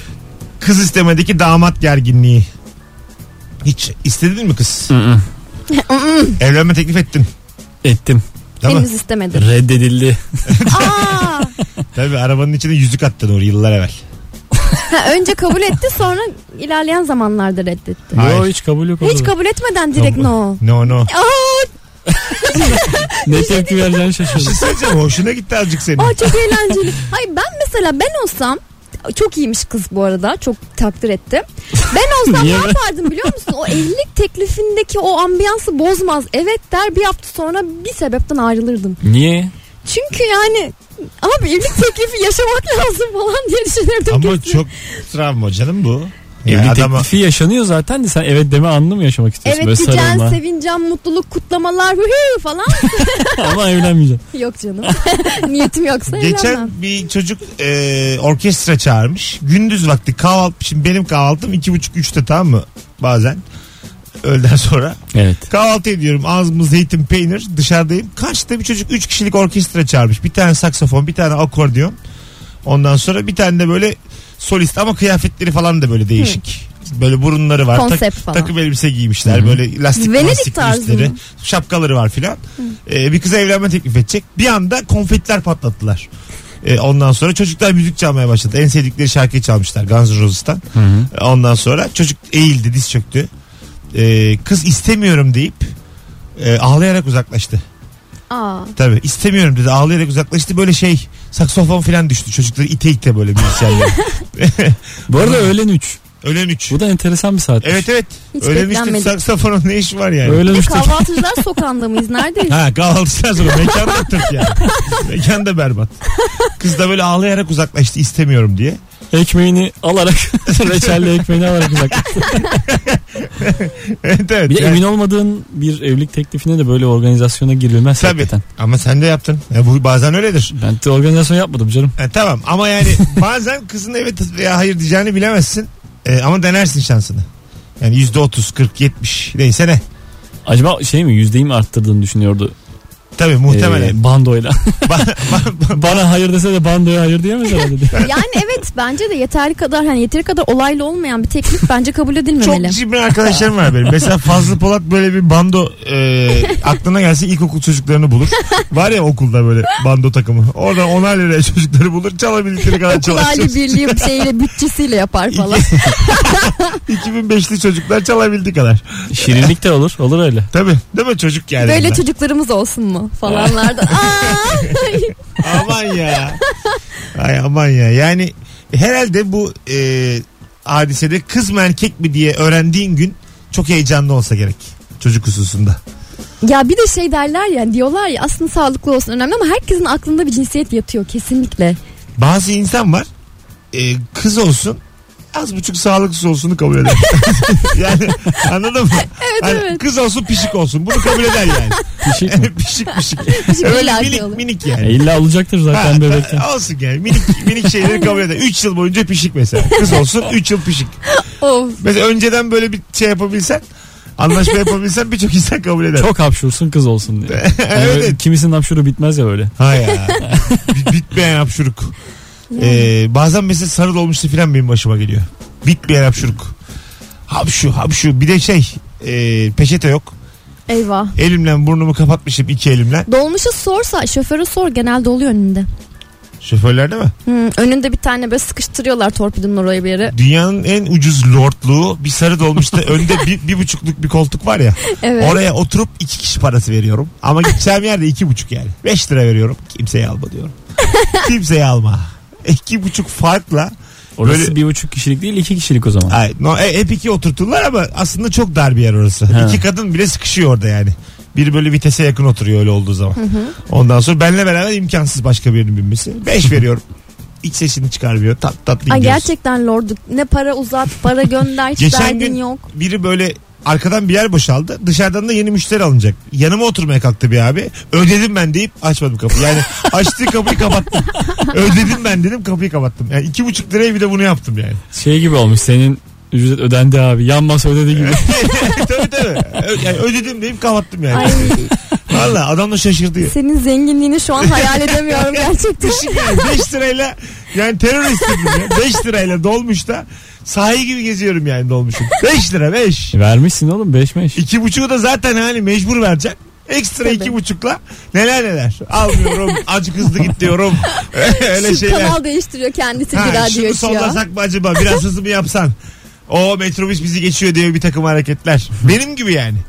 [SPEAKER 2] Kız istemedeki damat gerginliği. Hiç istedin mi kız? Evlenme teklif ettin.
[SPEAKER 3] Ettim.
[SPEAKER 2] Değil mi?
[SPEAKER 4] Henüz istemedim.
[SPEAKER 3] Reddedildi.
[SPEAKER 4] Aa!
[SPEAKER 2] Tabii arabanın içine yüzük attın Nuri yıllar evvel.
[SPEAKER 4] Ha, önce kabul etti, sonra ilerleyen zamanlarda reddetti.
[SPEAKER 2] Hayır.
[SPEAKER 3] Yo hiç kabul yok.
[SPEAKER 4] Hiç
[SPEAKER 3] orada.
[SPEAKER 4] kabul etmeden direkt no.
[SPEAKER 2] No no.
[SPEAKER 4] Aa,
[SPEAKER 3] Ne tepki vereceğini
[SPEAKER 2] Bir şey
[SPEAKER 3] şaşırdım.
[SPEAKER 2] söyleyeceğim hoşuna gitti azıcık senin.
[SPEAKER 4] aa, çok eğlenceli. Hayır ben mesela ben olsam, çok iyiymiş kız bu arada, çok takdir ettim. Ben olsam ne
[SPEAKER 3] Niye be?
[SPEAKER 4] yapardım biliyor musun? O evlilik teklifindeki o ambiyansı bozmaz. Evet der, bir hafta sonra bir sebepten ayrılırdım.
[SPEAKER 3] Niye?
[SPEAKER 4] Çünkü yani abi evlilik teklifi yaşamak lazım falan diye düşünürdüm.
[SPEAKER 2] Ama
[SPEAKER 4] kesin.
[SPEAKER 2] çok travma canım bu.
[SPEAKER 3] Evlilik
[SPEAKER 2] Yani adama-
[SPEAKER 3] teklifi yaşanıyor zaten de sen evet deme anını mı yaşamak istiyorsun?
[SPEAKER 4] Evet
[SPEAKER 3] Böyle
[SPEAKER 4] diyeceğim,
[SPEAKER 3] sarılma.
[SPEAKER 4] sevineceğim, mutluluk, kutlamalar hı hı falan.
[SPEAKER 3] Ama evlenmeyeceğim.
[SPEAKER 4] Yok canım. Niyetim yoksa
[SPEAKER 2] Geçen
[SPEAKER 4] evlenmem.
[SPEAKER 2] bir çocuk e, orkestra çağırmış. Gündüz vakti kahvaltı. Şimdi benim kahvaltım iki buçuk üçte tamam mı? Bazen. Öğleden sonra.
[SPEAKER 3] Evet.
[SPEAKER 2] Kahvaltı ediyorum. Ağzımda zeytin, peynir. Dışarıdayım. Karşıda bir çocuk üç kişilik orkestra çağırmış. Bir tane saksafon, bir tane akordeon. Ondan sonra bir tane de böyle solist ama kıyafetleri falan da böyle değişik. Böyle burunları var.
[SPEAKER 4] Konsept
[SPEAKER 2] Tak-
[SPEAKER 4] falan.
[SPEAKER 2] Takım elbise giymişler.
[SPEAKER 3] Hı-hı.
[SPEAKER 2] Böyle lastik
[SPEAKER 4] Venedik
[SPEAKER 2] lastik
[SPEAKER 4] tarzı
[SPEAKER 2] üstleri.
[SPEAKER 4] mı?
[SPEAKER 2] Şapkaları var filan. Ee, bir kıza evlenme teklif edecek. Bir anda konfetiler patlattılar. Ee, ondan sonra çocuklar müzik çalmaya başladı. En sevdikleri şarkıyı çalmışlar Guns N' Roses'tan.
[SPEAKER 3] Hı hı.
[SPEAKER 2] Ondan sonra çocuk eğildi, diz çöktü. Ee, kız istemiyorum deyip e, ağlayarak uzaklaştı.
[SPEAKER 4] Aa.
[SPEAKER 2] Tabii istemiyorum dedi, ağlayarak uzaklaştı. Böyle şey saksofon falan düştü. Çocukları ite ite böyle müzisyenler.
[SPEAKER 3] Bu arada öğlen üç.
[SPEAKER 2] Öğlen üç.
[SPEAKER 3] Bu da enteresan bir saat.
[SPEAKER 2] Evet evet.
[SPEAKER 4] Hiç
[SPEAKER 2] Öğlen üçte
[SPEAKER 4] beklenmedik.
[SPEAKER 2] saksafonun ne işi var yani?
[SPEAKER 3] Öğlen
[SPEAKER 4] Bir
[SPEAKER 3] üçte.
[SPEAKER 4] kahvaltıcılar sokağında mıyız? Neredeyiz?
[SPEAKER 2] Ha kahvaltıdan sonra mekan da tırt yani. Mekan da berbat. Kız da böyle ağlayarak uzaklaştı istemiyorum diye.
[SPEAKER 3] Ekmeğini alarak reçelli ekmeğini alarak uzaklaştı.
[SPEAKER 2] Evet evet.
[SPEAKER 3] Bir de
[SPEAKER 2] yani-
[SPEAKER 3] emin olmadığın bir evlilik teklifine de böyle organizasyona girilmez
[SPEAKER 2] Tabii.
[SPEAKER 3] hakikaten.
[SPEAKER 2] Ama sen de yaptın. Ya bu bazen öyledir.
[SPEAKER 3] Ben de organizasyon yapmadım canım.
[SPEAKER 2] E, tamam ama yani bazen kızın evet veya hayır diyeceğini bilemezsin. E, ama denersin şansını. Yani yüzde otuz, kırk, yetmiş neyse ne.
[SPEAKER 3] Acaba şey mi yüzdeyi mi arttırdığını düşünüyordu
[SPEAKER 2] Tabii muhtemelen.
[SPEAKER 3] Ee, bandoyla.
[SPEAKER 2] Ba- ba-
[SPEAKER 3] Bana hayır dese de bandoya hayır diyemez herhalde.
[SPEAKER 4] Yani evet bence de yeterli kadar hani yeteri kadar olaylı olmayan bir teklif bence kabul edilmemeli.
[SPEAKER 2] Çok cimri arkadaşlarım var benim. Mesela Fazlı Polat böyle bir bando e, aklına gelse ilkokul çocuklarını bulur. Var ya okulda böyle bando takımı. Oradan onar liraya çocukları bulur. Çalabildikleri kadar
[SPEAKER 4] Okul
[SPEAKER 2] çalar.
[SPEAKER 4] hali birliği şeyle bütçesiyle yapar falan.
[SPEAKER 2] iki bin beşli çocuklar çalabildiği kadar.
[SPEAKER 3] Şirinlik de olur. Olur öyle.
[SPEAKER 2] Tabii değil mi çocuk yani?
[SPEAKER 4] Böyle
[SPEAKER 2] bunlar.
[SPEAKER 4] çocuklarımız olsun mu falanlardan. Aa!
[SPEAKER 2] Aman ya. Ay aman ya. Yani herhalde bu e, hadisede kız mı erkek mi diye öğrendiğin gün çok heyecanlı olsa gerek. Çocuk hususunda.
[SPEAKER 4] Ya bir de şey derler ya diyorlar ya aslında sağlıklı olsun önemli ama herkesin aklında bir cinsiyet yatıyor kesinlikle.
[SPEAKER 2] Bazı insan var e, kız olsun az buçuk sağlıksız olsunu kabul eder. Yani anladın mı?
[SPEAKER 4] Evet
[SPEAKER 2] Hani
[SPEAKER 4] evet.
[SPEAKER 2] kız olsun pişik olsun bunu kabul eder yani.
[SPEAKER 3] Pişik mi?
[SPEAKER 2] pişik pişik.
[SPEAKER 4] Pişik
[SPEAKER 2] Öyle
[SPEAKER 4] illa ki
[SPEAKER 2] minik
[SPEAKER 4] olur.
[SPEAKER 2] minik
[SPEAKER 3] E,
[SPEAKER 2] yani.
[SPEAKER 3] illa olacaktır zaten
[SPEAKER 2] Ha,
[SPEAKER 3] bebekten.
[SPEAKER 2] olsun yani minik minik şeyleri kabul eder. üç yıl boyunca pişik mesela. Kız olsun üç yıl pişik.
[SPEAKER 4] Of.
[SPEAKER 2] Mesela önceden böyle bir şey yapabilsen anlaşma yapabilsen birçok insan kabul eder.
[SPEAKER 3] Çok hapşursun kız olsun diye. Yani
[SPEAKER 2] Evet,
[SPEAKER 3] böyle
[SPEAKER 2] evet.
[SPEAKER 3] Kimisinin hapşuru bitmez ya öyle.
[SPEAKER 2] Ha ya. Bit- Bitmeyen hapşuruk. Ee, bazen mesela sarı dolmuştu filan benim başıma geliyor. Bitmeyen hapşuruk. Hapşu hapşu. Bir de şey e, peçete yok.
[SPEAKER 4] Eyvah.
[SPEAKER 2] Elimle burnumu kapatmışım iki elimle.
[SPEAKER 4] Dolmuşu sorsa şoföre sor genelde oluyor önünde.
[SPEAKER 2] Şoförlerde mi?
[SPEAKER 4] Hmm, önünde bir tane böyle sıkıştırıyorlar torpidonun oraya bir yere.
[SPEAKER 2] Dünyanın en ucuz lordluğu bir sarı dolmuşta önde bir, bir buçukluk bir koltuk var ya.
[SPEAKER 4] Evet.
[SPEAKER 2] Oraya oturup iki kişi parası veriyorum. Ama gideceğim yerde iki buçuk yani. Beş lira veriyorum. Kimseye alma diyorum. Kimseye alma. İki buçuk farkla.
[SPEAKER 3] Orası
[SPEAKER 2] Böyle-
[SPEAKER 3] bir buçuk kişilik değil iki kişilik o zaman.
[SPEAKER 2] Ay, no, e, hep iki oturturlar ama aslında çok dar bir yer orası.
[SPEAKER 3] He.
[SPEAKER 2] İki kadın bile sıkışıyor orada yani. Biri böyle vitese yakın oturuyor öyle olduğu zaman. Ondan sonra benle beraber imkansız başka birinin binmesi. Beş veriyorum. İç sesini çıkarmıyor. Tat tat
[SPEAKER 4] Ay
[SPEAKER 2] dinliyoruz.
[SPEAKER 4] gerçekten lorduk. Ne para uzat, para gönder hiç
[SPEAKER 2] Geçen
[SPEAKER 4] derdin
[SPEAKER 2] gün
[SPEAKER 4] yok.
[SPEAKER 2] biri böyle arkadan bir yer boşaldı. Dışarıdan da yeni müşteri alınacak. Yanıma oturmaya kalktı bir abi. Ödedim ben deyip açmadım kapıyı. Yani açtığı kapıyı kapattım. Ödedim ben dedim kapıyı kapattım. Yani iki buçuk liraya bir de bunu yaptım yani.
[SPEAKER 3] Şey gibi olmuş senin ücret ödendi abi. Yan masa ödedi gibi.
[SPEAKER 2] tabii tabii. Ö- yani ödedim deyip kapattım yani.
[SPEAKER 4] Ay
[SPEAKER 2] Valla adam da şaşırdı.
[SPEAKER 4] senin zenginliğini şu an hayal edemiyorum gerçekten.
[SPEAKER 2] Düşün yani beş lirayla yani teröristim ya. beş lirayla dolmuşta sahi gibi geziyorum yani dolmuşum. beş lira beş.
[SPEAKER 3] Vermişsin oğlum beş meş.
[SPEAKER 2] İki buçuğu da zaten hani mecbur vereceksin. Ekstra
[SPEAKER 4] Tabii.
[SPEAKER 2] iki buçukla neler neler. Almıyorum. Acık hızlı git diyorum. Öyle
[SPEAKER 4] Şu
[SPEAKER 2] şeyler.
[SPEAKER 4] kanal değiştiriyor kendisi bir
[SPEAKER 2] Ha,
[SPEAKER 4] radyo
[SPEAKER 2] şunu
[SPEAKER 4] açıyor.
[SPEAKER 2] sollasak mı acaba? Biraz hızlı mı yapsan? O metrobüs bizi geçiyor diye bir takım hareketler. Benim gibi yani.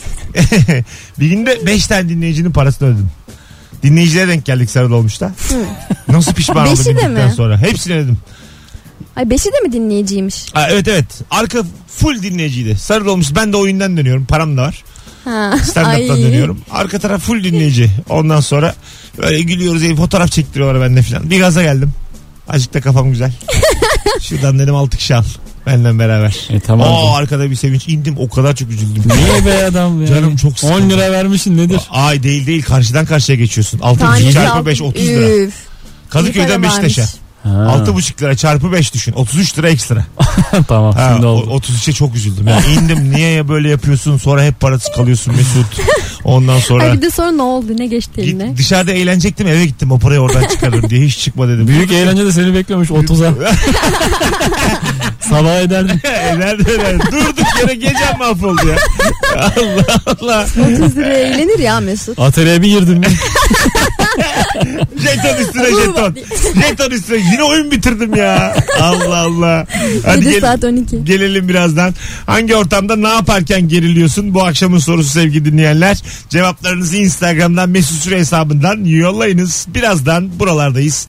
[SPEAKER 2] Bir günde beş tane dinleyicinin parasını ödedim. Dinleyicilere denk geldik sarı olmuşta. Nasıl pişman
[SPEAKER 4] Beşi
[SPEAKER 2] oldum
[SPEAKER 4] de
[SPEAKER 2] bildikten
[SPEAKER 4] mi?
[SPEAKER 2] sonra. Hepsini ödedim.
[SPEAKER 4] Ay beşi de mi dinleyiciymiş?
[SPEAKER 2] Ha, evet evet. Arka full dinleyiciydi. Sarı olmuş. Ben de oyundan dönüyorum. Param da var.
[SPEAKER 4] Ha.
[SPEAKER 2] Stand-up'tan
[SPEAKER 4] Ay.
[SPEAKER 2] dönüyorum. Arka taraf full dinleyici. Ondan sonra böyle gülüyoruz. e, Fotoğraf çektiriyorlar bende falan. Bir gaza geldim. Azıcık da kafam güzel. Şuradan dedim altı kişi al. Benden beraber.
[SPEAKER 3] E tamam.
[SPEAKER 2] Oo, arkada bir sevinç. İndim. O kadar çok üzüldüm.
[SPEAKER 3] Niye be adam ya?
[SPEAKER 2] Canım çok sıkıldı.
[SPEAKER 3] on lira vermişsin nedir?
[SPEAKER 2] Ay değil değil. Karşıdan karşıya geçiyorsun. altı
[SPEAKER 4] Tanesi
[SPEAKER 2] çarpı
[SPEAKER 4] altı-
[SPEAKER 2] beş otuz lira.
[SPEAKER 4] Üf.
[SPEAKER 2] Kadıköy'den
[SPEAKER 4] Bir para
[SPEAKER 2] Beşiktaş'a.
[SPEAKER 4] varmış.
[SPEAKER 3] Ha.
[SPEAKER 2] altı buçuk lira çarpı beş düşün. otuz üç lira ekstra.
[SPEAKER 3] Tamam
[SPEAKER 2] Ha,
[SPEAKER 3] şimdi
[SPEAKER 2] o-
[SPEAKER 3] oldu.
[SPEAKER 2] otuz üçe çok üzüldüm. Yani indim niye ya böyle yapıyorsun sonra hep parası kalıyorsun Mesut. Ondan sonra
[SPEAKER 4] Ay bir de sonra ne oldu ne geçti eline?
[SPEAKER 2] git, dışarıda eğlenecektim eve gittim o parayı oradan çıkarırım diye hiç çıkma dedim.
[SPEAKER 3] Büyük eğlence de seni beklemiş otuza. Sabah ederdin.
[SPEAKER 2] Ederdi ederdi. Durduk yere gecem mahvoldu ya. Allah Allah.
[SPEAKER 4] otuz liraya eğlenir ya Mesut.
[SPEAKER 3] Atölyeye bir girdim ben.
[SPEAKER 2] Jeton üstüne jeton. Jeton üstüne yine oyun bitirdim ya. Allah Allah. Hadi
[SPEAKER 4] yedi
[SPEAKER 2] gel-
[SPEAKER 4] saat on iki.
[SPEAKER 2] gelelim birazdan. Hangi ortamda ne yaparken geriliyorsun? Bu akşamın sorusu sevgili dinleyenler. Cevaplarınızı Instagram'dan Mesut Süre hesabından yollayınız. Birazdan buralardayız.